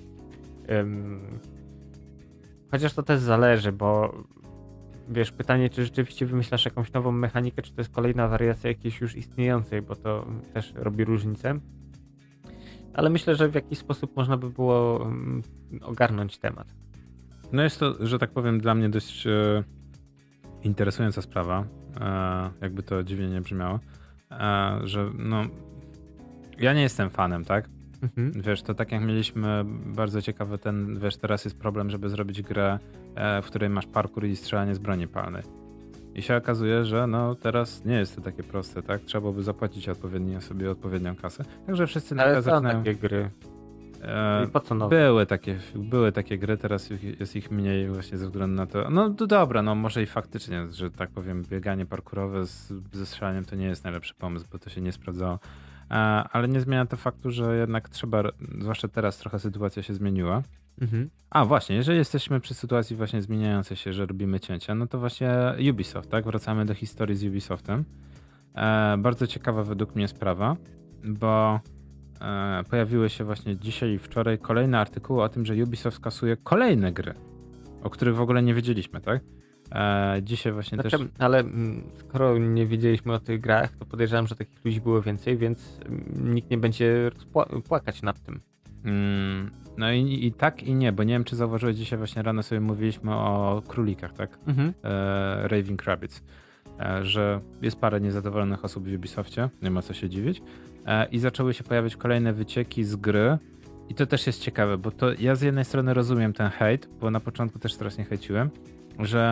Chociaż to też zależy, bo wiesz, pytanie, czy rzeczywiście wymyślasz jakąś nową mechanikę, czy to jest kolejna wariacja jakiejś już istniejącej, bo to też robi różnicę. ale myślę, że w jakiś sposób można by było ogarnąć temat. No jest to, że tak powiem, dla mnie dość interesująca sprawa, jakby to dziwnie nie brzmiało, że no ja nie jestem fanem, tak? Wiesz, to tak jak mieliśmy bardzo ciekawy wiesz, teraz jest problem, żeby zrobić grę, w której masz parkour i strzelanie z broni palnej. I się okazuje, że no teraz nie jest to takie proste, tak? Trzeba by zapłacić odpowiednią kasę. Także wszyscy ale zaczynają takie gry. I po co nowe? Były takie gry, teraz jest ich mniej właśnie ze względu na to. No to dobra, no może i faktycznie, że tak powiem, bieganie parkurowe ze strzelaniem to nie jest najlepszy pomysł, bo to się nie sprawdzało. Ale nie zmienia to faktu, że jednak trzeba, zwłaszcza teraz trochę sytuacja się zmieniła. A właśnie, jeżeli jesteśmy przy sytuacji właśnie zmieniającej się, że robimy cięcia, no to właśnie Ubisoft, tak? Wracamy do historii z Ubisoftem. Bardzo ciekawa według mnie sprawa, bo pojawiły się właśnie dzisiaj i wczoraj kolejne artykuły o tym, że Ubisoft skasuje kolejne gry, o których w ogóle nie wiedzieliśmy, tak? Dzisiaj właśnie też... Ale skoro nie wiedzieliśmy o tych grach, to podejrzewam, że takich ludzi było więcej, więc nikt nie będzie płakać nad tym. No i tak i nie, bo nie wiem, czy zauważyłeś, dzisiaj właśnie rano sobie mówiliśmy o królikach, tak? Raving Rabbids. Że jest parę niezadowolonych osób w Ubisoftie, nie ma co się dziwić. I zaczęły się pojawiać kolejne wycieki z gry. I to też jest ciekawe, bo to ja z jednej strony rozumiem ten hejt, bo na początku też strasznie hejciłem, że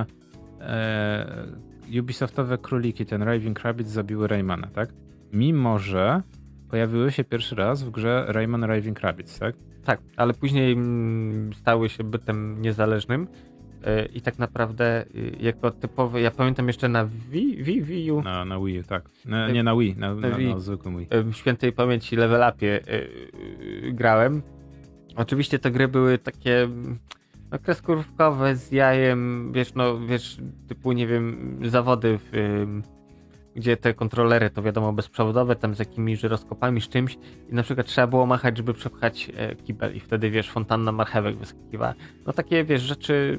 Ubisoftowe króliki, ten Raving Rabbids zabiły Raymana, tak? Mimo, że pojawiły się pierwszy raz w grze Rayman Raving Rabbids, tak? Tak, ale później stały się bytem niezależnym i tak naprawdę jako typowe, ja pamiętam jeszcze na Wii U. Na Wii, tak. Nie na Wii, na zwykłym Wii. W świętej pamięci Level Upie grałem. Oczywiście te gry były takie kreskówkowe z jajem, wiesz, typu, nie wiem, zawody, gdzie te kontrolery to wiadomo bezprzewodowe, tam z jakimiś żyroskopami, z czymś i na przykład trzeba było machać, żeby przepchać kibel i wtedy, wiesz, fontanna marchewek wyskakiwała. No takie, wiesz, rzeczy,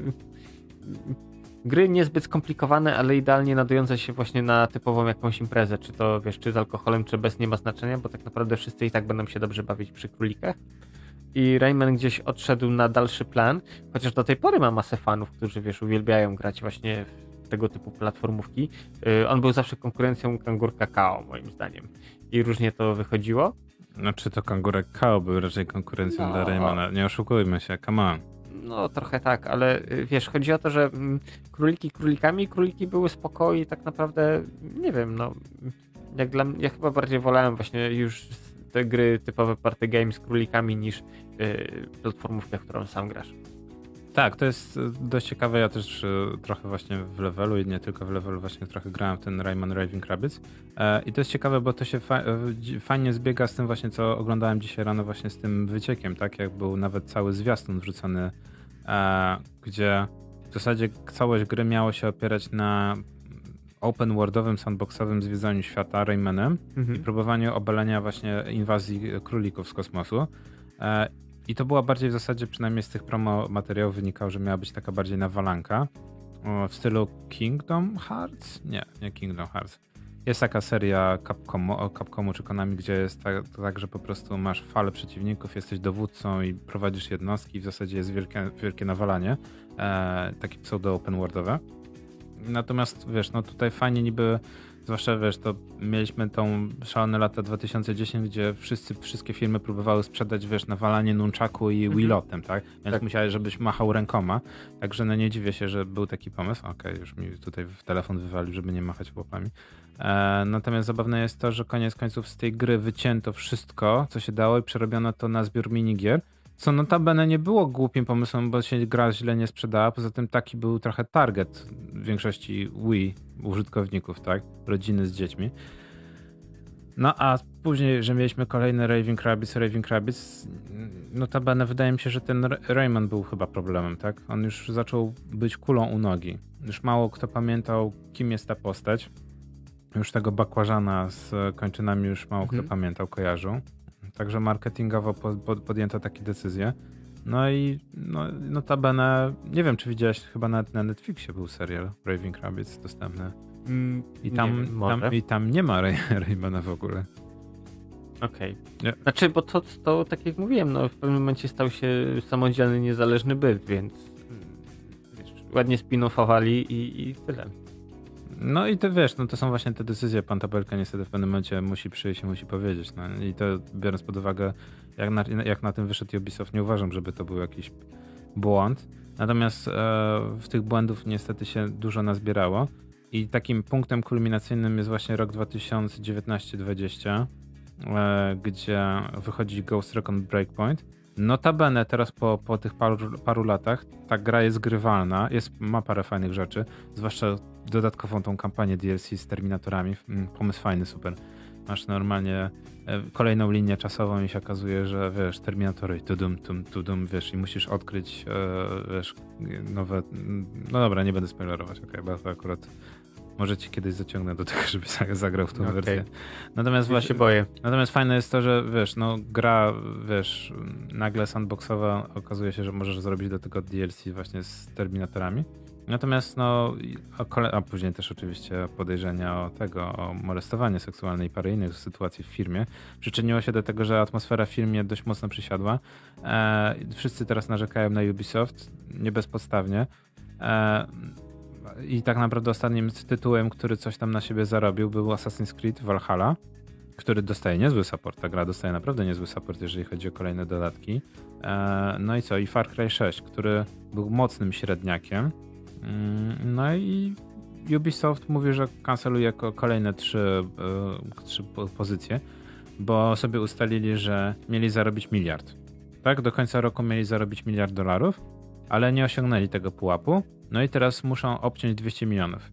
gry niezbyt skomplikowane, ale idealnie nadające się właśnie na typową jakąś imprezę, czy to, wiesz, czy z alkoholem, czy bez, nie ma znaczenia, bo tak naprawdę wszyscy i tak będą się dobrze bawić przy królikach. I Rayman gdzieś odszedł na dalszy plan, chociaż do tej pory ma masę fanów, którzy, wiesz, uwielbiają grać właśnie w tego typu platformówki. On był zawsze konkurencją Kangur Kakao, moim zdaniem. I różnie to wychodziło. Znaczy to Kangurek Kao był raczej konkurencją dla Raymana. Nie oszukujmy się, come on. No trochę tak, ale wiesz, chodzi o to, że króliki królikami, króliki były spoko i tak naprawdę, nie wiem, no jak dla mnie, ja chyba bardziej wolałem właśnie już te gry typowe party game z królikami niż platformówkę, w którą sam grasz. Tak, to jest dość ciekawe. Ja też trochę właśnie w levelu i nie tylko w levelu właśnie trochę grałem w ten Rayman Raving Rabbids. I to jest ciekawe, bo to się fajnie zbiega z tym właśnie, co oglądałem dzisiaj rano właśnie z tym wyciekiem, tak? Jak był nawet cały zwiastun wrzucony, gdzie w zasadzie całość gry miało się opierać na open worldowym, sandboxowym zwiedzaniu świata Raymanem i próbowaniu obalenia właśnie inwazji królików z kosmosu. I to była bardziej w zasadzie, przynajmniej z tych promo materiałów wynikało, że miała być taka bardziej nawalanka w stylu Kingdom Hearts? Nie Kingdom Hearts. Jest taka seria Capcomu czy Konami, gdzie jest tak, że po prostu masz falę przeciwników, jesteś dowódcą i prowadzisz jednostki i w zasadzie jest wielkie nawalanie, takie pseudo open worldowe. Natomiast wiesz, no tutaj fajnie niby, zwłaszcza wiesz, to mieliśmy tą szalone lata 2010, gdzie wszystkie firmy próbowały sprzedać, wiesz, nawalanie nunchaku i Wiilotem, tak? Więc tak. Musiałeś, żebyś machał rękoma. Także no nie dziwię się, że był taki pomysł. Okej, już mi tutaj w telefon wywalił, żeby nie machać łapami. Natomiast zabawne jest to, że koniec końców z tej gry wycięto wszystko, co się dało i przerobiono to na zbiór minigier. Co notabene nie było głupim pomysłem, bo się gra źle nie sprzedała. Poza tym taki był trochę target w większości Wii użytkowników, tak? Rodziny z dziećmi. No a później, że mieliśmy kolejny Raving Rabbids, notabene wydaje mi się, że ten Rayman był chyba problemem, tak? On już zaczął być kulą u nogi. Już mało kto pamiętał, kim jest ta postać. Już tego bakłażana z kończynami już mało kto pamiętał, kojarzył. Także marketingowo podjęto takie decyzje. No i notabene, nie wiem czy widziałeś, chyba nawet na Netflixie był serial Raving Rabbids dostępny. I tam nie ma Raymana w ogóle. Okej. Nie. Znaczy, bo to tak jak mówiłem, no w pewnym momencie stał się samodzielny, niezależny byt, więc wiesz, ładnie spin-offowali i tyle. No i to wiesz, no to są właśnie te decyzje. Pan Tabelka niestety w pewnym momencie musi przyjść i musi powiedzieć. No i to biorąc pod uwagę, jak na tym wyszedł Ubisoft, nie uważam, żeby to był jakiś błąd. Natomiast w tych błędów niestety się dużo nazbierało. I takim punktem kulminacyjnym jest właśnie rok 2019-2020, gdzie wychodzi Ghost Recon Breakpoint. Notabene teraz po tych paru latach ta gra jest grywalna, ma parę fajnych rzeczy, zwłaszcza dodatkową tą kampanię DLC z Terminatorami. Pomysł fajny, super. Masz normalnie kolejną linię czasową i się okazuje, że wiesz, Terminatory tudum, wiesz, i musisz odkryć wiesz, nowe... No dobra, nie będę spoilerować, bo to akurat może ci kiedyś zaciągnę do tego, żebyś zagrał w tą wersję. Natomiast właśnie się boję. Natomiast fajne jest to, że wiesz, no gra, wiesz, nagle sandboxowa, okazuje się, że możesz zrobić do tego DLC właśnie z Terminatorami. Natomiast no, a później też oczywiście podejrzenia o molestowanie seksualne i parę innych sytuacji w firmie przyczyniło się do tego, że atmosfera w firmie dość mocno przysiadła. Wszyscy teraz narzekają na Ubisoft, nie bezpodstawnie. I tak naprawdę ostatnim tytułem, który coś tam na siebie zarobił, był Assassin's Creed Valhalla, który dostaje niezły support. Ta gra dostaje naprawdę niezły support, jeżeli chodzi o kolejne dodatki. No i co? I Far Cry 6, który był mocnym średniakiem. No i Ubisoft mówi, że kanceluje kolejne trzy pozycje, bo sobie ustalili, że mieli zarobić 1 miliard. Tak? Do końca roku mieli zarobić $1 miliard, ale nie osiągnęli tego pułapu. No i teraz muszą obciąć 200 milionów.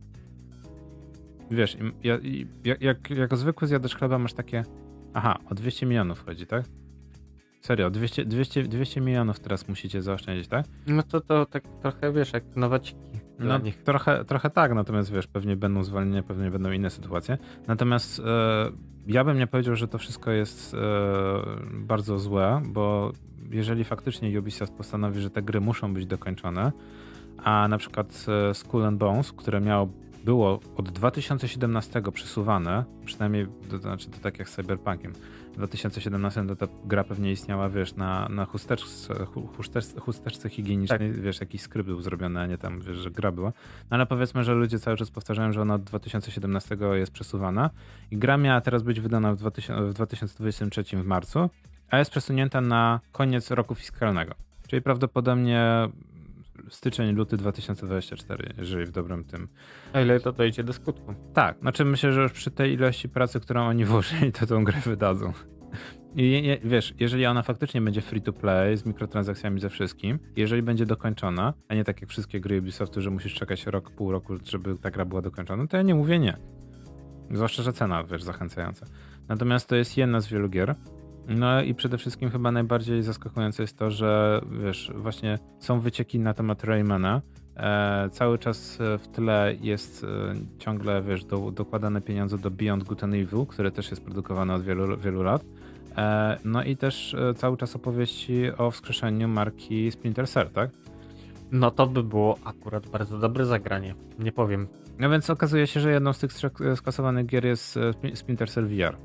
Wiesz, jako zwykły zjadacz chleba masz takie, aha, o 200 milionów chodzi, tak? Serio, 200 milionów teraz musicie zaoszczędzić, tak? No to tak trochę, wiesz, jak nowaciki. No trochę tak, natomiast wiesz, pewnie będą zwolnienia, pewnie będą inne sytuacje. Natomiast ja bym nie powiedział, że to wszystko jest bardzo złe, bo jeżeli faktycznie Ubisoft postanowi, że te gry muszą być dokończone, a na przykład Skull and Bones, które było od 2017 przesuwane, przynajmniej to tak jak z Cyberpunkiem. W 2017 ta gra pewnie istniała, wiesz, na chusteczce higienicznej, tak. Wiesz, jakiś skrypt był zrobiony, a nie tam, wiesz, że gra była. No ale powiedzmy, że ludzie cały czas powtarzają, że ona od 2017 jest przesuwana i gra miała teraz być wydana w 2023 w marcu, a jest przesunięta na koniec roku fiskalnego. Czyli prawdopodobnie styczeń, luty 2024, jeżeli w dobrym tym. A ile to dojdzie do skutku? Tak, znaczy myślę, że już przy tej ilości pracy, którą oni włożyli, to tą grę wydadzą. I wiesz, jeżeli ona faktycznie będzie free to play, z mikrotransakcjami ze wszystkim, jeżeli będzie dokończona, a nie tak jak wszystkie gry Ubisoftu, że musisz czekać rok, pół roku, żeby ta gra była dokończona, to ja nie mówię nie. Zwłaszcza, że cena, wiesz, zachęcająca. Natomiast to jest jedna z wielu gier. No i przede wszystkim chyba najbardziej zaskakujące jest to, że wiesz, właśnie są wycieki na temat Raymana. Cały czas w tle jest ciągle, wiesz, dokładane pieniądze do Beyond Good and Evil, które też jest produkowane od wielu, wielu lat. No i też cały czas opowieści o wskrzeszeniu marki Splinter Cell, tak? No to by było akurat bardzo dobre zagranie, nie powiem. No więc okazuje się, że jedną z tych skasowanych gier jest Splinter Cell VR.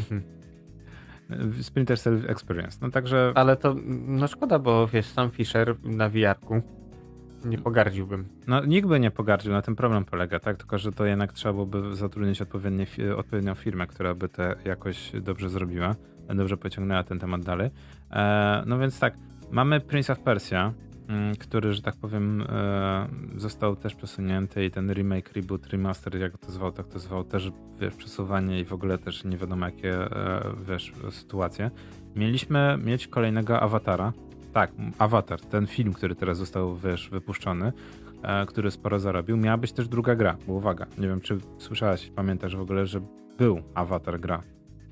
Splinter Cell Experience. No także... Ale to no szkoda, bo wiesz, sam Fisher na VR-ku nie pogardziłbym. No nikt by nie pogardził, na tym problem polega, tak? Tylko, że to jednak trzeba byłoby zatrudnić odpowiednią firmę, która by to jakoś dobrze zrobiła, dobrze pociągnęła ten temat dalej. No więc tak, mamy Prince of Persia, który, że tak powiem, został też przesunięty i ten remake, reboot, remaster, jak to zwał, tak to zwał, też, wiesz, przesuwanie i w ogóle też nie wiadomo jakie, wiesz, sytuacje. Mieliśmy mieć kolejnego Awatara. Tak, Avatar, ten film, który teraz został, wiesz, wypuszczony, który sporo zarobił. Miała być też druga gra, bo uwaga, nie wiem, czy słyszałaś, pamiętasz w ogóle, że był Avatar gra.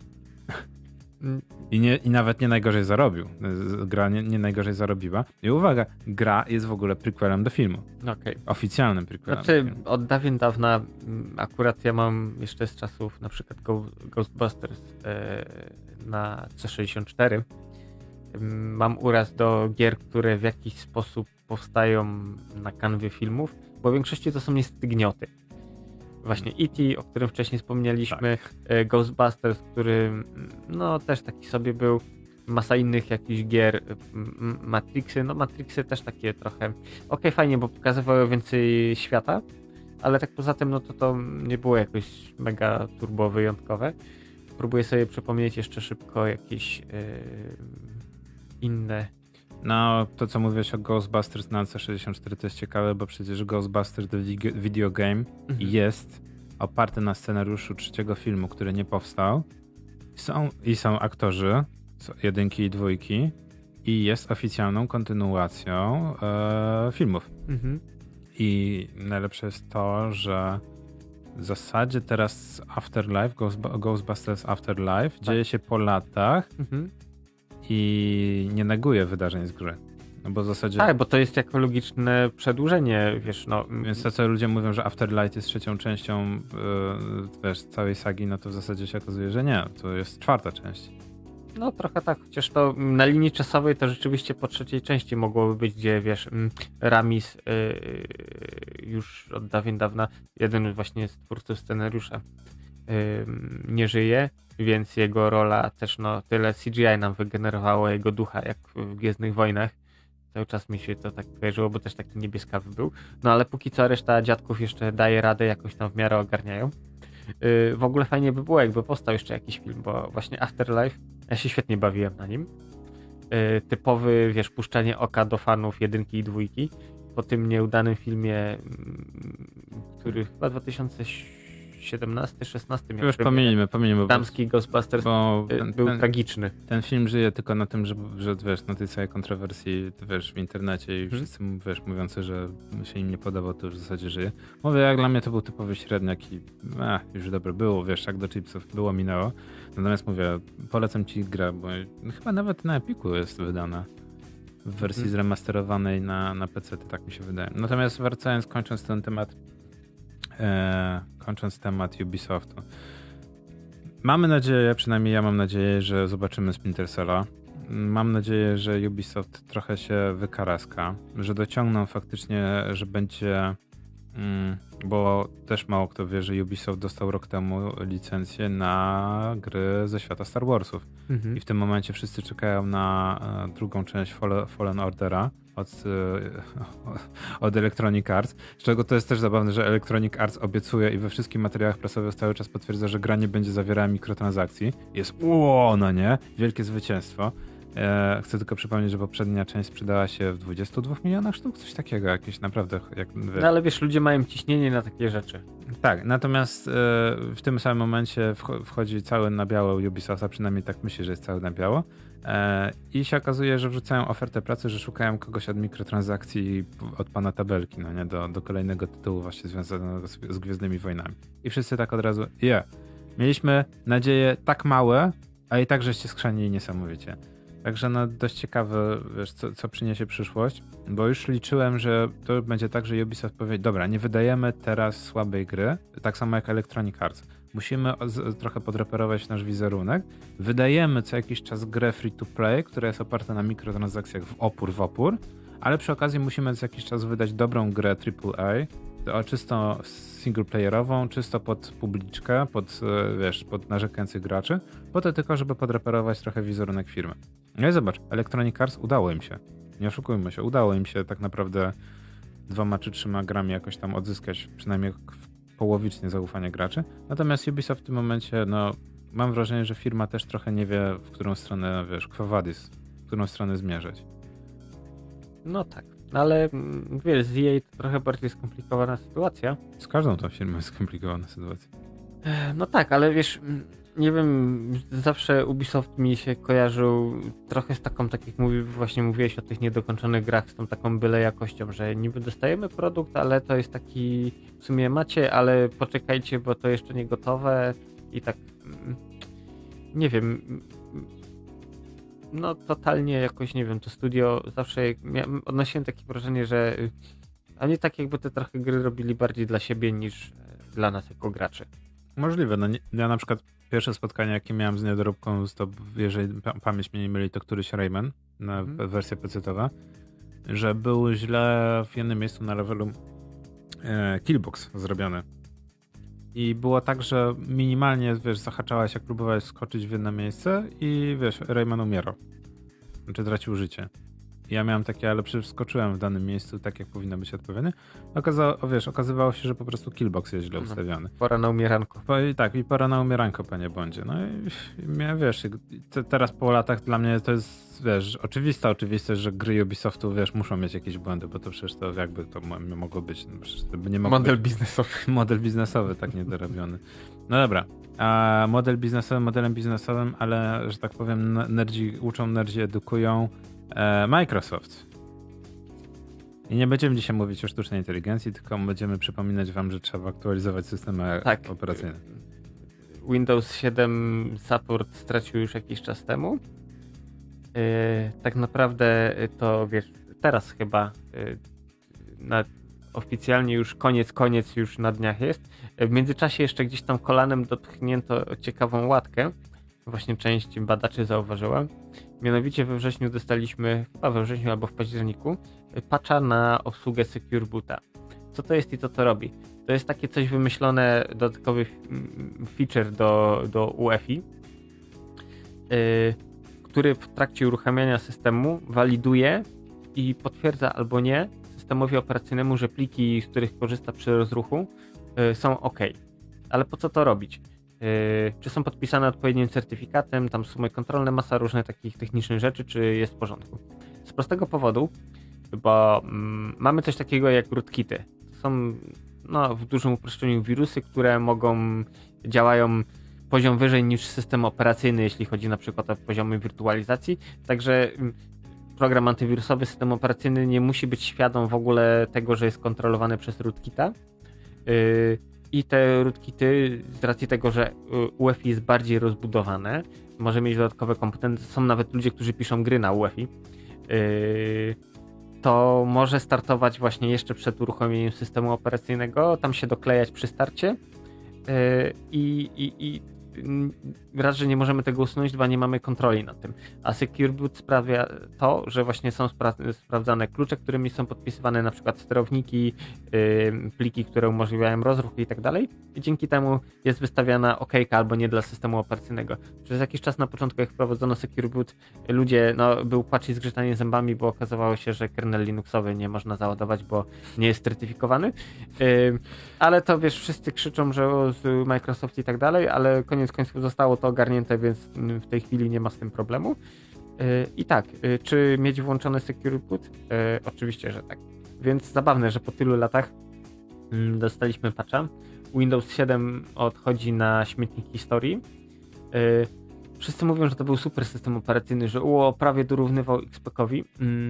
I nawet nie najgorzej zarobił. Gra nie najgorzej zarobiła. I uwaga, gra jest w ogóle prequelem do filmu. Okay. Oficjalnym prequelem. Znaczy, od dawien dawna, akurat ja mam jeszcze z czasów na przykład Ghostbusters na C64. Mam uraz do gier, które w jakiś sposób powstają na kanwie filmów, bo w większości to są niestety gnioty. Właśnie E.T., o którym wcześniej wspomnieliśmy, Ghostbusters, który no też taki sobie był, masa innych jakichś gier, Matrixy też takie trochę fajnie, bo pokazywały więcej świata, ale tak poza tym no to nie było jakoś mega turbo wyjątkowe. Próbuję sobie przypomnieć jeszcze szybko jakieś inne. No, to co mówiłeś o Ghostbusters na C64 to jest ciekawe, bo przecież Ghostbusters the Video Game jest oparty na scenariuszu trzeciego filmu, który nie powstał. Są aktorzy, jedynki i dwójki, i jest oficjalną kontynuacją filmów. I najlepsze jest to, że w zasadzie teraz Afterlife, Ghostbusters Afterlife dzieje się po latach i nie neguje wydarzeń z gry. No bo w zasadzie... Tak, bo to jest jako logiczne przedłużenie, wiesz, no... Więc to, co ludzie mówią, że Afterlife jest trzecią częścią wiesz, całej sagi, no to w zasadzie się okazuje, że nie. To jest czwarta część. No trochę tak, chociaż to na linii czasowej to rzeczywiście po trzeciej części mogłoby być, gdzie wiesz, Ramis już od dawien dawna, jeden właśnie z twórców scenariusza nie żyje, więc jego rola też, no tyle CGI nam wygenerowało jego ducha, jak w Gwiezdnych Wojnach. Cały czas mi się to tak kojarzyło, bo też taki niebieskawy był. No ale póki co reszta dziadków jeszcze daje radę, jakoś tam w miarę ogarniają. W ogóle fajnie by było, jakby powstał jeszcze jakiś film, bo właśnie Afterlife, ja się świetnie bawiłem na nim. Typowy, wiesz, puszczanie oka do fanów jedynki i dwójki. Po tym nieudanym filmie, który chyba 2017-16 miał. Już pomijmy. Damski Ghostbusters był tragiczny. Ten film żyje tylko na tym, że wiesz, na tej całej kontrowersji, wiesz, w internecie i wszyscy, wiesz, mówiący, że się im nie podobał, to już w zasadzie żyje. Mówię, jak dla mnie to był typowy średniak i już dobre było, wiesz, jak do chipsów było, minęło. Natomiast mówię, polecam ci grę, bo chyba nawet na Epiku jest wydana w wersji zremasterowanej na PC, tak mi się wydaje. Natomiast wracając, kończąc temat Ubisoftu. Mamy nadzieję, przynajmniej ja mam nadzieję, że zobaczymy Splinter Cella. Mam nadzieję, że Ubisoft trochę się wykaraska, że dociągną faktycznie, że będzie, bo też mało kto wie, że Ubisoft dostał rok temu licencję na gry ze świata Star Warsów. I w tym momencie wszyscy czekają na drugą część Fallen Ordera od Electronic Arts, z czego to jest też zabawne, że Electronic Arts obiecuje i we wszystkich materiałach prasowych cały czas potwierdza, że gra nie będzie zawierała mikrotransakcji. Jest no nie? Wielkie zwycięstwo. Chcę tylko przypomnieć, że poprzednia część sprzedała się w 22 milionach sztuk, coś takiego, jakieś naprawdę... No ale wiesz, ludzie mają ciśnienie na takie rzeczy. Tak, natomiast w tym samym momencie wchodzi cały na biało Ubisoft, a przynajmniej tak myślę, że jest cały na biało. I się okazuje, że wrzucają ofertę pracy, że szukają kogoś od mikrotransakcji od pana tabelki, no nie, do kolejnego tytułu właśnie związanego z Gwiezdnymi Wojnami. I wszyscy tak od razu, mieliśmy nadzieje tak małe, a i tak żeście skrzanili niesamowicie. Także no dość ciekawe, wiesz, co przyniesie przyszłość, bo już liczyłem, że to będzie tak, że Ubisoft powie, dobra, nie wydajemy teraz słabej gry, tak samo jak Electronic Arts. Musimy trochę podreperować nasz wizerunek. Wydajemy co jakiś czas grę free to play, która jest oparta na mikrotransakcjach w opór, ale przy okazji musimy co jakiś czas wydać dobrą grę AAA, czysto singleplayerową, czysto pod publiczkę, pod narzekających graczy, po to tylko, żeby podreperować trochę wizerunek firmy. No i zobacz, Electronic Arts udało im się. Nie oszukujmy się, udało im się tak naprawdę 2 czy 3 grami jakoś tam odzyskać przynajmniej połowicznie zaufanie graczy. Natomiast Ubisoft w tym momencie, no mam wrażenie, że firma też trochę nie wie, w którą stronę, wiesz, quo vadis, w którą stronę zmierzać. No tak, ale wiesz, z EA to trochę bardziej skomplikowana sytuacja. Z każdą tą firmą jest skomplikowana sytuacja. No tak, ale wiesz, nie wiem, zawsze Ubisoft mi się kojarzył trochę z taką, tak jak właśnie mówiłeś o tych niedokończonych grach, z tą taką byle jakością, że niby dostajemy produkt, ale to jest taki, w sumie macie, ale poczekajcie, bo to jeszcze nie gotowe i tak, nie wiem, no totalnie jakoś, nie wiem, to studio zawsze odnosiłem takie wrażenie, że oni tak jakby te trochę gry robili bardziej dla siebie niż dla nas jako graczy. Możliwe, no ja na przykład pierwsze spotkanie, jakie miałem z niedoróbką, to jeżeli pamięć mnie nie myli, to któryś Rayman na wersję PC-towa, że był źle w jednym miejscu na levelu killbox zrobiony. I było tak, że minimalnie, wiesz, zahaczałaś, jak próbowałeś skoczyć w jedno miejsce i wiesz, Rayman umierał. Znaczy tracił życie. I ja miałem takie, ale przecież skoczyłem w danym miejscu tak, jak powinno być odpowiednie. Okazywało się, że po prostu killbox jest źle ustawiony. Pora na umieranko. I pora na umieranko, panie Bondzie. No i wiesz, teraz po latach dla mnie to jest, wiesz, oczywistość, że gry Ubisoftu, wiesz, muszą mieć jakieś błędy, bo to przecież to jakby to mogło być. No przecież to by nie mogło Model być. biznesowy. Model biznesowy, tak niedorobiony. No dobra. A modelem biznesowym, ale, że tak powiem, nerdzi edukują Microsoft. I nie będziemy dzisiaj mówić o sztucznej inteligencji, tylko będziemy przypominać wam, że trzeba aktualizować systemy operacyjne. Windows 7 support stracił już jakiś czas temu. Tak naprawdę to wiesz, teraz chyba oficjalnie już koniec już na dniach jest. W międzyczasie jeszcze gdzieś tam kolanem dopchnięto ciekawą łatkę. Właśnie część badaczy zauważyła. Mianowicie we wrześniu dostaliśmy, chyba we wrześniu albo w październiku, patcha na obsługę Secure Boota. Co to jest i co to robi? To jest takie coś wymyślone, dodatkowy feature do UEFI, który w trakcie uruchamiania systemu waliduje i potwierdza albo nie systemowi operacyjnemu, że pliki, z których korzysta przy rozruchu, są ok. Ale po co to robić? Czy są podpisane odpowiednim certyfikatem, tam sumy kontrolne, masa różnych takich technicznych rzeczy, czy jest w porządku. Z prostego powodu, bo mamy coś takiego jak rootkity. To są w dużym uproszczeniu wirusy, które działają poziom wyżej niż system operacyjny, jeśli chodzi na przykład o poziomy wirtualizacji. Także program antywirusowy, system operacyjny nie musi być świadom w ogóle tego, że jest kontrolowany przez rootkita. I te rootkity, z racji tego, że UEFI jest bardziej rozbudowane, może mieć dodatkowe komponenty, są nawet ludzie, którzy piszą gry na UEFI, to może startować właśnie jeszcze przed uruchomieniem systemu operacyjnego, tam się doklejać przy starcie i raz, że nie możemy tego usunąć, dwa, nie mamy kontroli nad tym. A Secure Boot sprawia to, że właśnie są sprawdzane klucze, którymi są podpisywane na przykład sterowniki, pliki, które umożliwiają rozruch i tak dalej. I dzięki temu jest wystawiana okejka albo nie dla systemu operacyjnego. Przez jakiś czas na początku, jak wprowadzono Secure Boot, był płacz i zgrzytanie zębami, bo okazywało się, że kernel Linuxowy nie można załadować, bo nie jest certyfikowany. Ale to wiesz, wszyscy krzyczą, że z Microsoft i tak dalej, ale koniec końców zostało to ogarnięte, więc w tej chwili nie ma z tym problemu. I tak, czy mieć włączony Secure Boot? Oczywiście, że tak. Więc zabawne, że po tylu latach dostaliśmy patcha. Windows 7 odchodzi na śmietnik historii. Wszyscy mówią, że to był super system operacyjny, że prawie dorównywał XP-kowi.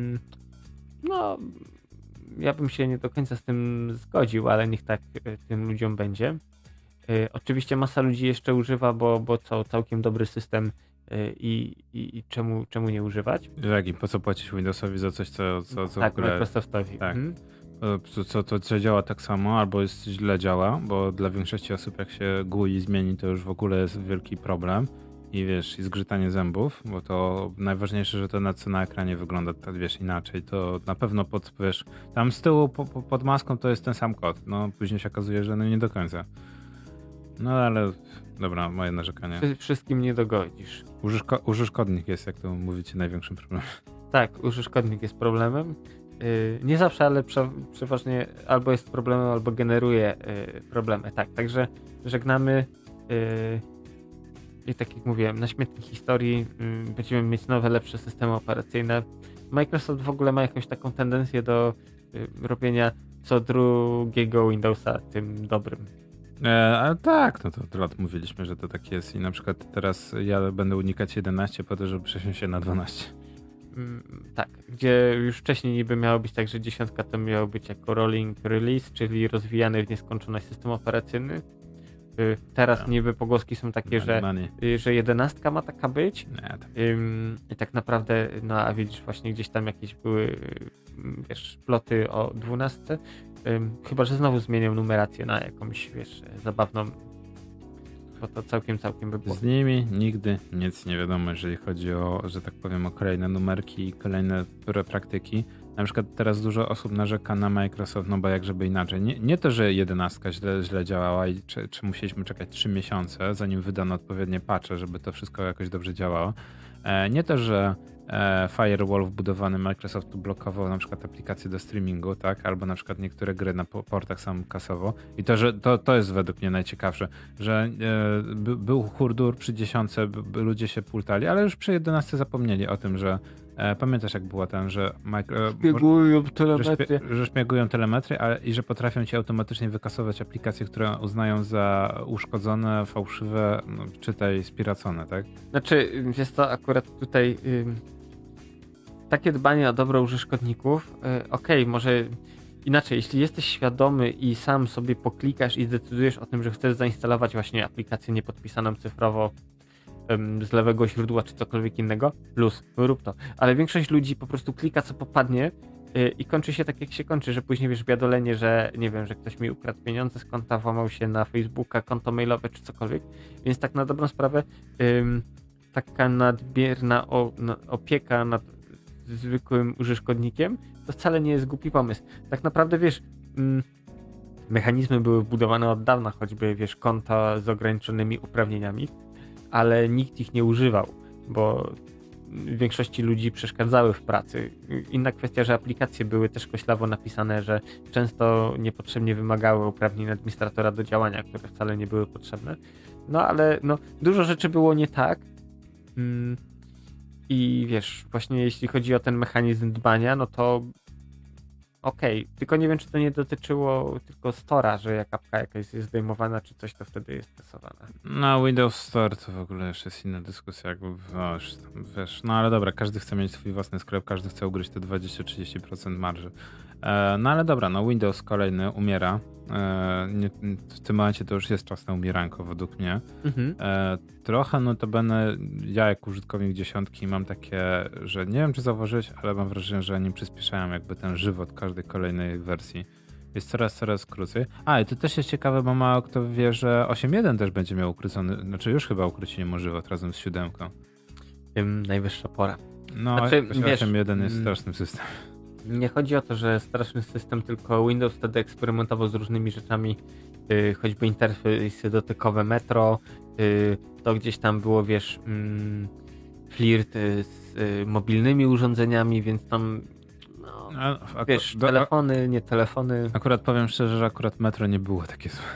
Ja bym się nie do końca z tym zgodził, ale niech tak tym ludziom będzie. Oczywiście masa ludzi jeszcze używa, bo to całkiem dobry system i czemu nie używać? Jak i po co płacić Windowsowi za coś, co tak, w ogóle... Microsoftowi. Tak. Co działa tak samo, albo źle działa, bo dla większości osób jak się GUI zmieni, to już w ogóle jest wielki problem i wiesz, i zgrzytanie zębów, bo to najważniejsze, że to co na ekranie wygląda tak, wiesz, inaczej, to na pewno tam z tyłu pod maską to jest ten sam kod, później się okazuje, że nie do końca. Ale dobra, moje narzekanie. Wszystkim nie dogodzisz. Użyszkodnik jest, jak to mówicie, największym problemem. Tak, użyszkodnik jest problemem. Nie zawsze, ale przeważnie albo jest problemem, albo generuje problemy. Tak, także żegnamy i tak jak mówiłem, na śmietnik historii będziemy mieć nowe, lepsze systemy operacyjne. Microsoft w ogóle ma jakąś taką tendencję do robienia co drugiego Windowsa tym dobrym. Ale tak, to od lat mówiliśmy, że to tak jest i na przykład teraz ja będę unikać 11 po to, żeby przesiąść się na 12. Tak, gdzie już wcześniej niby miało być tak, że 10 to miało być jako rolling release, czyli rozwijany w nieskończoność system operacyjny. Teraz niby pogłoski są takie, że 11 ma taka być. I tak naprawdę, a widzisz, właśnie gdzieś tam jakieś były, wiesz, ploty o 12. Chyba że znowu zmienią numerację na jakąś, wiesz, zabawną, bo to całkiem by było. Z nimi nigdy nic nie wiadomo, jeżeli chodzi o, że tak powiem, o kolejne numerki i kolejne praktyki. Na przykład teraz dużo osób narzeka na Microsoft, no bo jak żeby inaczej. Nie to, że 11 źle działała i czy musieliśmy czekać 3 miesiące, zanim wydano odpowiednie patche, żeby to wszystko jakoś dobrze działało. Nie to, że firewall wbudowany Microsoftu blokował na przykład aplikacje do streamingu, tak? Albo na przykład niektóre gry na portach są kasowo. I to, że to jest według mnie najciekawsze, że był hurdur przy 10, ludzie się pultali, ale już przy 11 zapomnieli o tym, że pamiętasz jak było tam, że Szpiegują telemetrię. że szpiegują telemetrię i że potrafią ci automatycznie wykasować aplikacje, które uznają za uszkodzone, fałszywe, no, czytaj spiracone, tak? Znaczy, jest to akurat tutaj takie dbanie o dobro użytkowników, okej, może inaczej, jeśli jesteś świadomy i sam sobie poklikasz i zdecydujesz o tym, że chcesz zainstalować właśnie aplikację niepodpisaną cyfrowo z lewego źródła czy cokolwiek innego, plus, rób to. Ale większość ludzi po prostu klika co popadnie i kończy się tak jak się kończy, że później wiesz wiadolenie, że nie wiem, że ktoś mi ukradł pieniądze z konta, włamał się na Facebooka, konto mailowe czy cokolwiek, więc tak na dobrą sprawę taka nadmierna opieka nad zwykłym użytkownikiem to wcale nie jest głupi pomysł. Tak naprawdę wiesz, mechanizmy były wbudowane od dawna, choćby wiesz, konta z ograniczonymi uprawnieniami, ale nikt ich nie używał, bo większości ludzi przeszkadzały w pracy. Inna kwestia, że aplikacje były też koślawo napisane, że często niepotrzebnie wymagały uprawnień administratora do działania, które wcale nie były potrzebne. No ale no, dużo rzeczy było nie tak. I wiesz, właśnie jeśli chodzi o ten mechanizm dbania, no to okej, tylko nie wiem, czy to nie dotyczyło tylko Store'a, że jak apka jakaś jest zdejmowana, czy coś, to wtedy jest stosowane. No, Windows Store to w ogóle jeszcze jest inna dyskusja, jakby wiesz, no ale dobra, każdy chce mieć swój własny sklep, każdy chce ugryźć te 20-30% marży. No ale dobra, no Windows kolejny umiera. W tym momencie to już jest czas na umieranko według mnie. Trochę notabene ja jak użytkownik 10 mam takie, że nie wiem czy zauważyłeś, ale mam wrażenie, że oni przyspieszają jakby ten żywot każdej kolejnej wersji. Jest coraz krócej. I to też jest ciekawe, bo mało kto wie, że 8.1 też będzie miał ukrócony, znaczy już chyba ukrócili mu żywot razem z 7. Najwyższa pora. No, znaczy, 8.1 jest strasznym systemem. Nie chodzi o to, że straszny system, tylko Windows wtedy eksperymentował z różnymi rzeczami, choćby interfejsy dotykowe Metro, to gdzieś tam było, wiesz, flirt z mobilnymi urządzeniami, więc tam, no, wiesz, telefony, nie telefony. Akurat powiem szczerze, że akurat Metro nie było takie złe.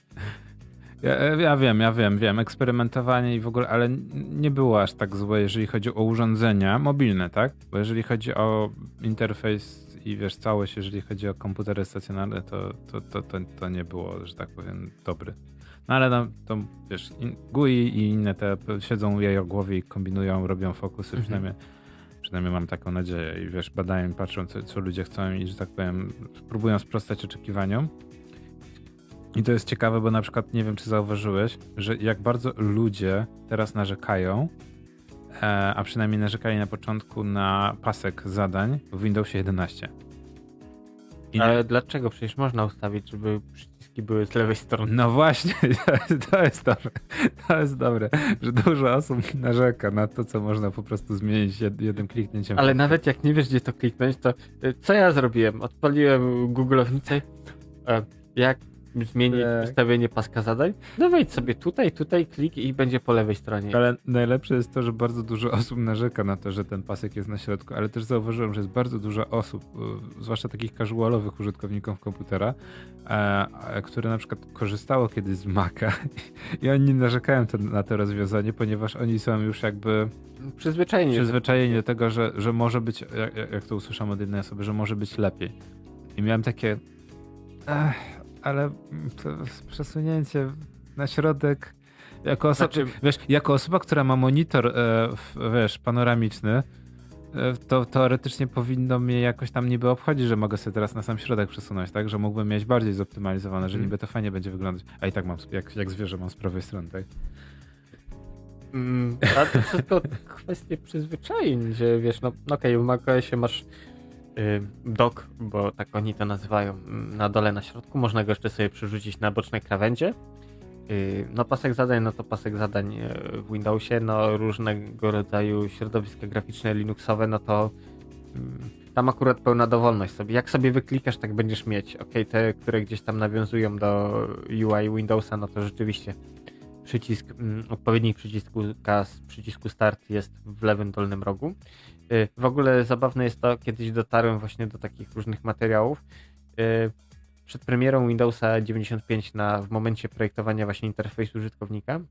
Ja wiem, eksperymentowanie i w ogóle, ale nie było aż tak złe, jeżeli chodzi o urządzenia mobilne, tak? Bo jeżeli chodzi o interfejs i wiesz, całość, jeżeli chodzi o komputery stacjonarne, to nie było, że tak powiem, dobry. No ale no, to wiesz, GUI i inne te siedzą u jej o głowie i kombinują, robią fokusy, przynajmniej mam taką nadzieję i wiesz, badają, patrzą co ludzie chcą i, że tak powiem, próbują sprostać oczekiwaniom. I to jest ciekawe, bo na przykład nie wiem, czy zauważyłeś, że jak bardzo ludzie teraz narzekają, a przynajmniej narzekali na początku na pasek zadań w Windowsie 11. Ale dlaczego? Przecież można ustawić, żeby przyciski były z lewej strony. No właśnie, to jest dobre, że dużo osób narzeka na to, co można po prostu zmienić jednym kliknięciem. Ale nawet jak nie wiesz, gdzie to kliknąć, to co ja zrobiłem? Odpaliłem Google'ownicę, jak zmienić ustawienie paska zadań? No wejdź sobie tutaj klik i będzie po lewej stronie. Ale najlepsze jest to, że bardzo dużo osób narzeka na to, że ten pasek jest na środku, ale też zauważyłem, że jest bardzo dużo osób, zwłaszcza takich casualowych użytkowników komputera, które na przykład korzystało kiedyś z Maca i oni narzekają na to rozwiązanie, ponieważ oni są już jakby przyzwyczajeni do tego, że może być, jak to usłyszałem od jednej osoby, że może być lepiej. I miałem takie ale to przesunięcie na środek jako osoba, która ma monitor panoramiczny, to teoretycznie powinno mnie jakoś tam niby obchodzić, że mogę sobie teraz na sam środek przesunąć, tak? Że mógłbym mieć bardziej zoptymalizowane, że niby to fajnie będzie wyglądać. A i tak mam, jak zwierzę mam z prawej strony, tak? A to wszystko kwestie przyzwyczajeń, że wiesz, no okej, w macOSie masz dock, bo tak oni to nazywają, na dole na środku, można go jeszcze sobie przerzucić na boczne krawędzie. No pasek zadań, no to pasek zadań w Windowsie, no różnego rodzaju środowiska graficzne, linuxowe, no to tam akurat pełna dowolność sobie. Jak sobie wyklikasz, tak będziesz mieć. Okej, te, które gdzieś tam nawiązują do UI Windowsa, no to rzeczywiście odpowiednik przycisku Start jest w lewym dolnym rogu. W ogóle zabawne jest to, kiedyś dotarłem właśnie do takich różnych materiałów. Przed premierą Windowsa 95 w momencie projektowania właśnie interfejsu użytkownika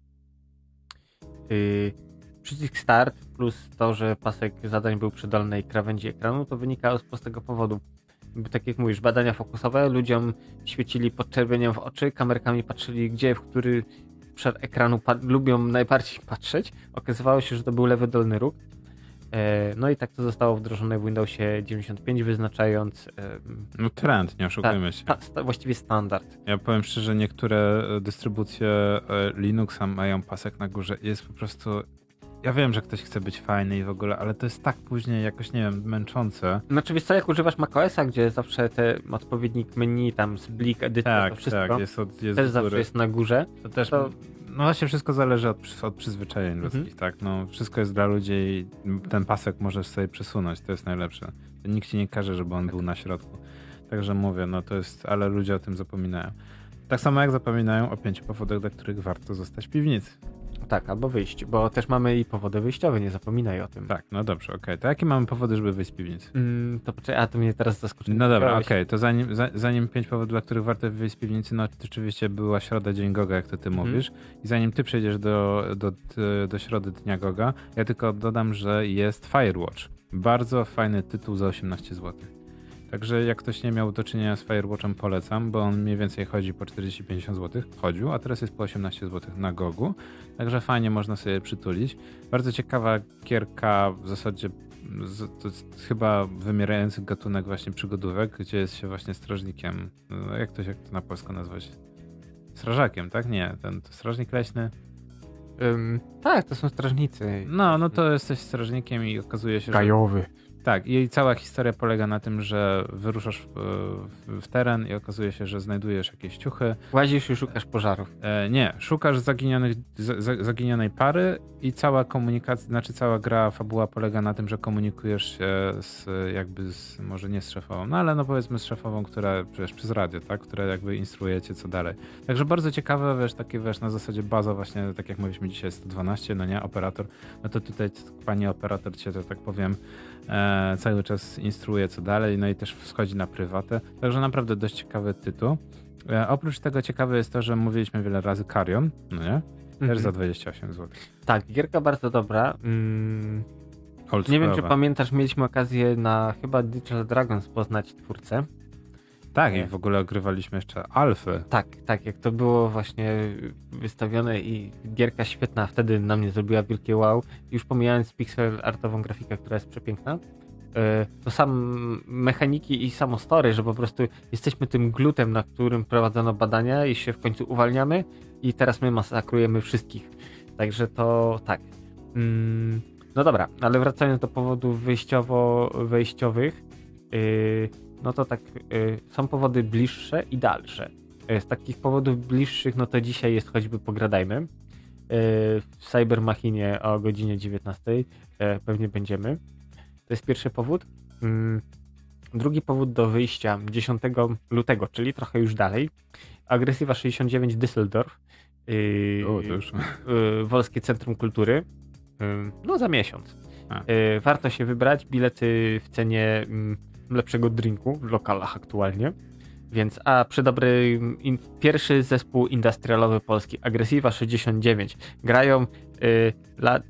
przycisk Start plus to, że pasek zadań był przy dolnej krawędzi ekranu, to wynikało z prostego powodu. Tak jak mówisz, badania fokusowe, ludziom świecili podczerwieniam w oczy, kamerkami patrzyli gdzie, w który obszar ekranu lubią najbardziej patrzeć. Okazywało się, że to był lewy dolny róg. No i tak to zostało wdrożone w Windowsie 95, wyznaczając... No trend, nie oszukujmy się. Właściwie standard. Ja powiem szczerze, niektóre dystrybucje Linuxa mają pasek na górze i jest po prostu... Ja wiem, że ktoś chce być fajny i w ogóle, ale to jest tak później jakoś, nie wiem, męczące. Znaczy wiesz co, jak używasz macOSa, gdzie zawsze odpowiednik menu, tam split, edytor, to wszystko, tak, jest też zawsze jest na górze. To też... No właśnie wszystko zależy od przyzwyczajeń ludzkich, tak? No wszystko jest dla ludzi i ten pasek możesz sobie przesunąć, to jest najlepsze. Nikt ci nie każe, żeby on był na środku. Także mówię, no to jest, ale ludzie o tym zapominają. Tak samo jak zapominają o 5 powodach, dla których warto zostać w piwnicy. Tak, albo wyjść, bo też mamy i powody wyjściowe, nie zapominaj o tym. Tak, no dobrze, okej. To jakie mamy powody, żeby wyjść z piwnicy? To poczekaj, to mnie teraz zaskoczyło. No dobra, okej, to zanim 5 powodów, dla których warto wyjść z piwnicy, no to oczywiście była środa, dzień Goga, jak to ty mówisz. I zanim ty przejdziesz do środy dnia Goga, ja tylko dodam, że jest Firewatch. Bardzo fajny tytuł za 18 zł. Także jak ktoś nie miał do czynienia z Firewatchem, polecam, bo on mniej więcej chodzi po 40-50 zł. Chodził, a teraz jest po 18 zł na Gogu. Także fajnie można sobie przytulić. Bardzo ciekawa gierka, w zasadzie to jest chyba wymierający gatunek właśnie przygodówek, gdzie jest się właśnie strażnikiem. No, jak to na polsku nazwać? Strażakiem, tak? Nie, to strażnik leśny. Tak, to są strażnicy. No to jesteś strażnikiem i okazuje się, gajowy. Tak, i cała historia polega na tym, że wyruszasz w teren i okazuje się, że znajdujesz jakieś ciuchy. Łazisz i szukasz pożarów. Nie, szukasz zaginionej pary i cała komunikacja, znaczy cała gra, fabuła polega na tym, że komunikujesz się może nie z szefową, no ale no powiedzmy z szefową, która przez radio, tak, która jakby instruuje cię co dalej. Także bardzo ciekawe, takie na zasadzie baza właśnie, tak jak mówiliśmy dzisiaj 112, no nie, operator, no to tutaj pani operator cię, to tak powiem, cały czas instruuje co dalej, no i też wschodzi na prywatę. Także naprawdę dość ciekawy tytuł. Oprócz tego ciekawe jest to, że mówiliśmy wiele razy Carrion, no nie? Też za 28 zł. Tak, gierka bardzo dobra. Nie wiem, czy pamiętasz, mieliśmy okazję na chyba Digital Dragons poznać twórcę. Tak, i w ogóle ogrywaliśmy jeszcze alfę. Tak, jak to było właśnie wystawione i gierka świetna, wtedy na mnie zrobiła wielkie wow. Już pomijając pixel artową grafikę, która jest przepiękna, to sam mechaniki i samo story, że po prostu jesteśmy tym glutem, na którym prowadzono badania i się w końcu uwalniamy i teraz my masakrujemy wszystkich. Także to tak. No dobra, ale wracając do powodów wejściowych, no to tak, są powody bliższe i dalsze. Z takich powodów bliższych, no to dzisiaj jest choćby Pogradajmy. W Cybermachinie o godzinie 19 pewnie będziemy. To jest pierwszy powód. Drugi powód do wyjścia 10 lutego, czyli trochę już dalej. Agresywa 69 Düsseldorf. Wolskie Centrum Kultury. No za miesiąc. Warto się wybrać. Bilety w cenie lepszego drinku w lokalach aktualnie. Więc przy pierwszy zespół industrialowy polski, Agresywa 69. Grają lat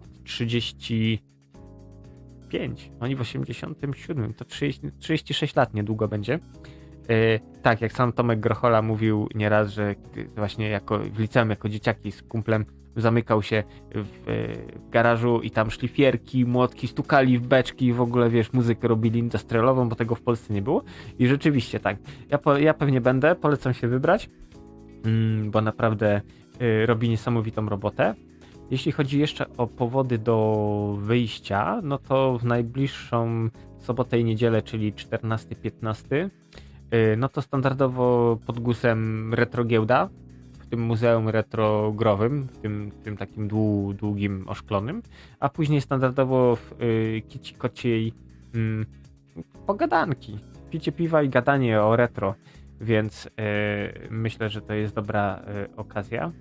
35. Oni w 87. To 36 lat niedługo będzie. Tak, jak sam Tomek Grochola mówił nieraz, że właśnie w liceum jako dzieciaki z kumplem zamykał się w garażu i tam szlifierki, młotki stukali w beczki i w ogóle, muzykę robili industrialową, bo tego w Polsce nie było. I rzeczywiście tak, ja pewnie polecam się wybrać, bo naprawdę robi niesamowitą robotę. Jeśli chodzi jeszcze o powody do wyjścia, no to w najbliższą sobotę i niedzielę, czyli 14-15, no to standardowo pod GUS-em Retro Giełda, w tym muzeum retrogrowym, tym takim długim, oszklonym, a później standardowo w Kici Kociej pogadanki. Picie piwa i gadanie o retro, więc myślę, że to jest dobra okazja.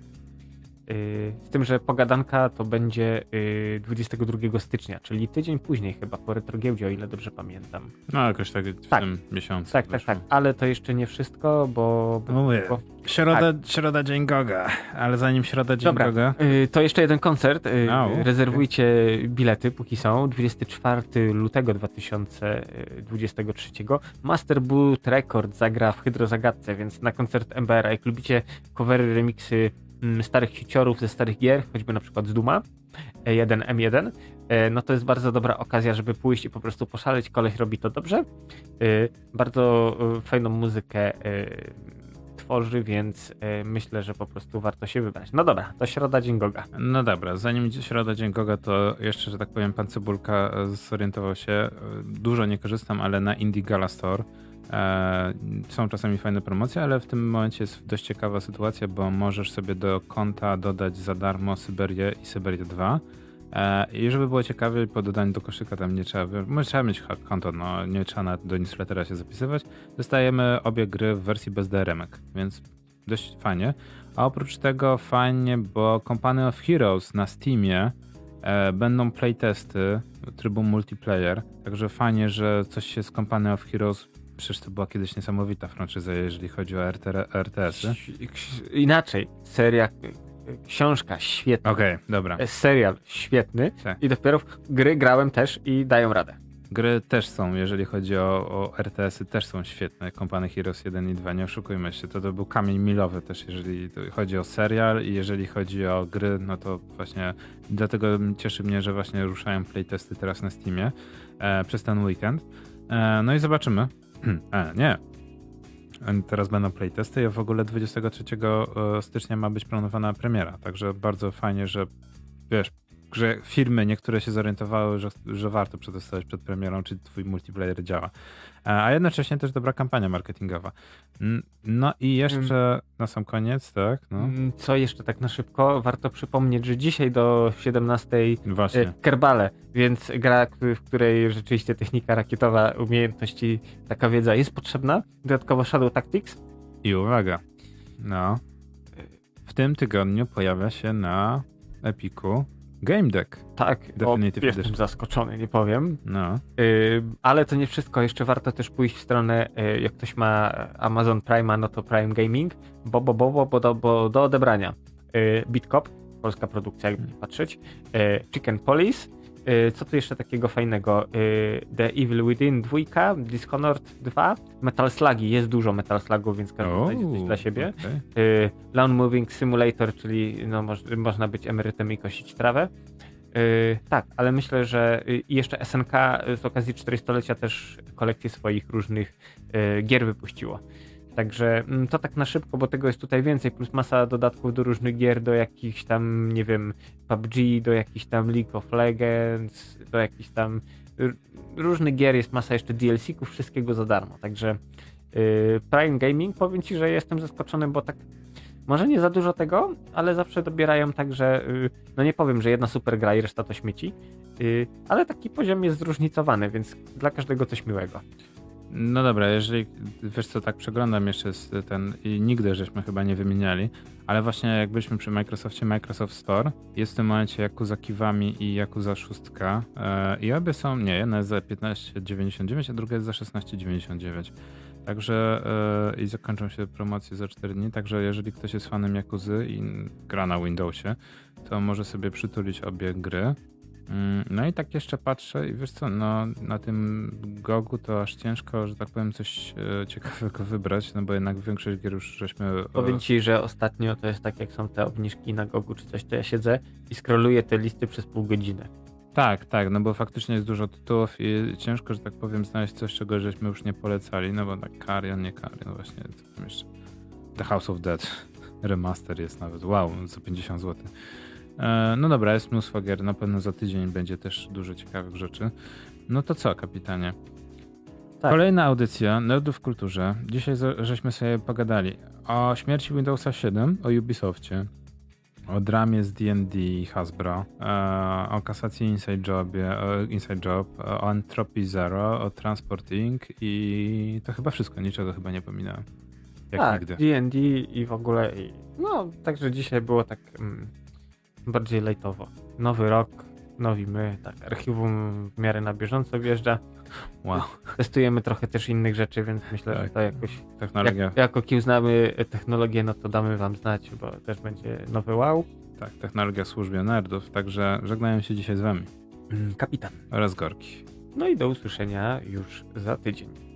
Z tym, że pogadanka to będzie 22 stycznia, czyli tydzień później chyba po Retrogiełdzie, o ile dobrze pamiętam. No jakoś tak w tym miesiącu. Tak, ale to jeszcze nie wszystko, bo... Środa Dzień Goga, ale zanim Środa Dzień Goga... To jeszcze jeden koncert, rezerwujcie bilety póki są, 24 lutego 2023. Master Boot Records zagra w Hydrozagadce, więc na koncert MBR-a, jak lubicie covery, remiksy starych hiciorów ze starych gier, choćby na przykład z Duma 1 M1, no to jest bardzo dobra okazja, żeby pójść i po prostu poszaleć. Koleś robi to dobrze. Bardzo fajną muzykę tworzy, więc myślę, że po prostu warto się wybrać. No dobra, to Środa Dzień Goga. No dobra, zanim Środa Dzień Goga, to jeszcze, że tak powiem, pan Cebulka zorientował się. Dużo nie korzystam, ale na Indie Gala Store są czasami fajne promocje, ale w tym momencie jest dość ciekawa sytuacja, bo możesz sobie do konta dodać za darmo Syberię i Syberię 2. I żeby było ciekawie, po dodaniu do koszyka tam nie trzeba, trzeba mieć konto, no nie trzeba do newslettera się zapisywać. Dostajemy obie gry w wersji bez DRM-ek, więc dość fajnie. A oprócz tego fajnie, bo Company of Heroes na Steamie będą playtesty trybu multiplayer, także fajnie, że coś się z Company of Heroes, przecież to była kiedyś niesamowita franczyza, jeżeli chodzi o RTS-y. Inaczej, książka świetna. Okej, dobra. Serial świetny. Tak. I dopiero gry grałem też i dają radę. Gry też są, jeżeli chodzi o RTS-y, też są świetne. Company Heroes 1 i 2, nie oszukujmy się. To był kamień milowy też, jeżeli chodzi o serial i jeżeli chodzi o gry, no to właśnie dlatego cieszy mnie, że właśnie ruszają playtesty teraz na Steamie przez ten weekend. No i zobaczymy. Nie. Teraz będą playtesty i w ogóle 23 stycznia ma być planowana premiera, także bardzo fajnie, że wiesz, że firmy niektóre się zorientowały, że warto przetestować przed premierą, czy twój multiplayer działa. A jednocześnie też dobra kampania marketingowa. No i jeszcze na sam koniec, tak? No. Co jeszcze tak na szybko? Warto przypomnieć, że dzisiaj do 17 Właśnie. Kerbale, więc gra, w której rzeczywiście technika rakietowa, umiejętności, taka wiedza jest potrzebna. Dodatkowo Shadow Tactics. I uwaga, no. W tym tygodniu pojawia się na Epiku Game Deck. Tak, jestem zaskoczony, nie powiem. No. Ale to nie wszystko, jeszcze warto też pójść w stronę, jak ktoś ma Amazon Prime'a, no to Prime Gaming, bo do odebrania. BitCop, polska produkcja, jakby nie patrzeć. Chicken Police. Co tu jeszcze takiego fajnego? The Evil Within 2, Dishonored 2, Metal Slugi, jest dużo Metal Slugów, więc każdy znajdzie coś dla siebie. Okay. Lawn Moving Simulator, czyli no, można być emerytem i kosić trawę. Tak, ale myślę, że i jeszcze SNK z okazji 400-lecia też kolekcję swoich różnych gier wypuściło. Także to tak na szybko, bo tego jest tutaj więcej, plus masa dodatków do różnych gier, do jakichś tam, nie wiem, PUBG, do jakichś tam League of Legends, do jakichś tam różnych gier, jest masa jeszcze DLC-ków, wszystkiego za darmo. Także Prime Gaming, powiem ci, że jestem zaskoczony, bo tak może nie za dużo tego, ale zawsze dobierają tak, że no nie powiem, że jedna super gra i reszta to śmieci, ale taki poziom jest zróżnicowany, więc dla każdego coś miłego. No dobra, jeżeli, wiesz co, tak przeglądam jeszcze ten i nigdy żeśmy chyba nie wymieniali, ale właśnie jak byliśmy przy Microsoftie, Microsoft Store, jest w tym momencie Yakuza Kiwami i Yakuza 6 i obie są, nie, jedna jest za 15,99, a druga jest za 16,99. Także i zakończą się promocje za 4 dni, także jeżeli ktoś jest fanem Yakuzy i gra na Windowsie, to może sobie przytulić obie gry. No i tak jeszcze patrzę i wiesz co, no na tym Gogu to aż ciężko, że tak powiem, coś ciekawego wybrać, no bo jednak większość gier już żeśmy... Powiem ci, że ostatnio to jest tak, jak są te obniżki na Gogu czy coś, to ja siedzę i scrolluję te listy przez pół godziny. Tak, no bo faktycznie jest dużo tytułów i ciężko, że tak powiem, znaleźć coś, czego żeśmy już nie polecali, no bo tak Carrion, nie Carrion, właśnie co tam jeszcze. The House of Dead remaster jest nawet, wow, za 50 zł. No dobra, jest mnóstwo gier, na pewno za tydzień będzie też dużo ciekawych rzeczy. No to co, kapitanie? Tak. Kolejna audycja Nerdów w Kulturze. Dzisiaj żeśmy sobie pogadali o śmierci Windowsa 7, o Ubisoftie, o dramie z D&D Hasbro, o kasacji Inside Job, o Entropy Zero, o Transport Inc. I to chyba wszystko, niczego chyba nie pominąłem. Jak tak, nigdy. D&D i w ogóle. No, także dzisiaj było tak bardziej lejtowo. Nowy rok, nowi my, tak, archiwum w miarę na bieżąco wjeżdża. Wow. Testujemy trochę też innych rzeczy, więc myślę, Tak. że to jakoś... Technologia. Jako znamy technologię, no to damy wam znać, bo też będzie nowy wow. Tak, technologia w służbie nerdów, także żegnają się dzisiaj z wami. Kapitan. Oraz Gorki. No i do usłyszenia już za tydzień.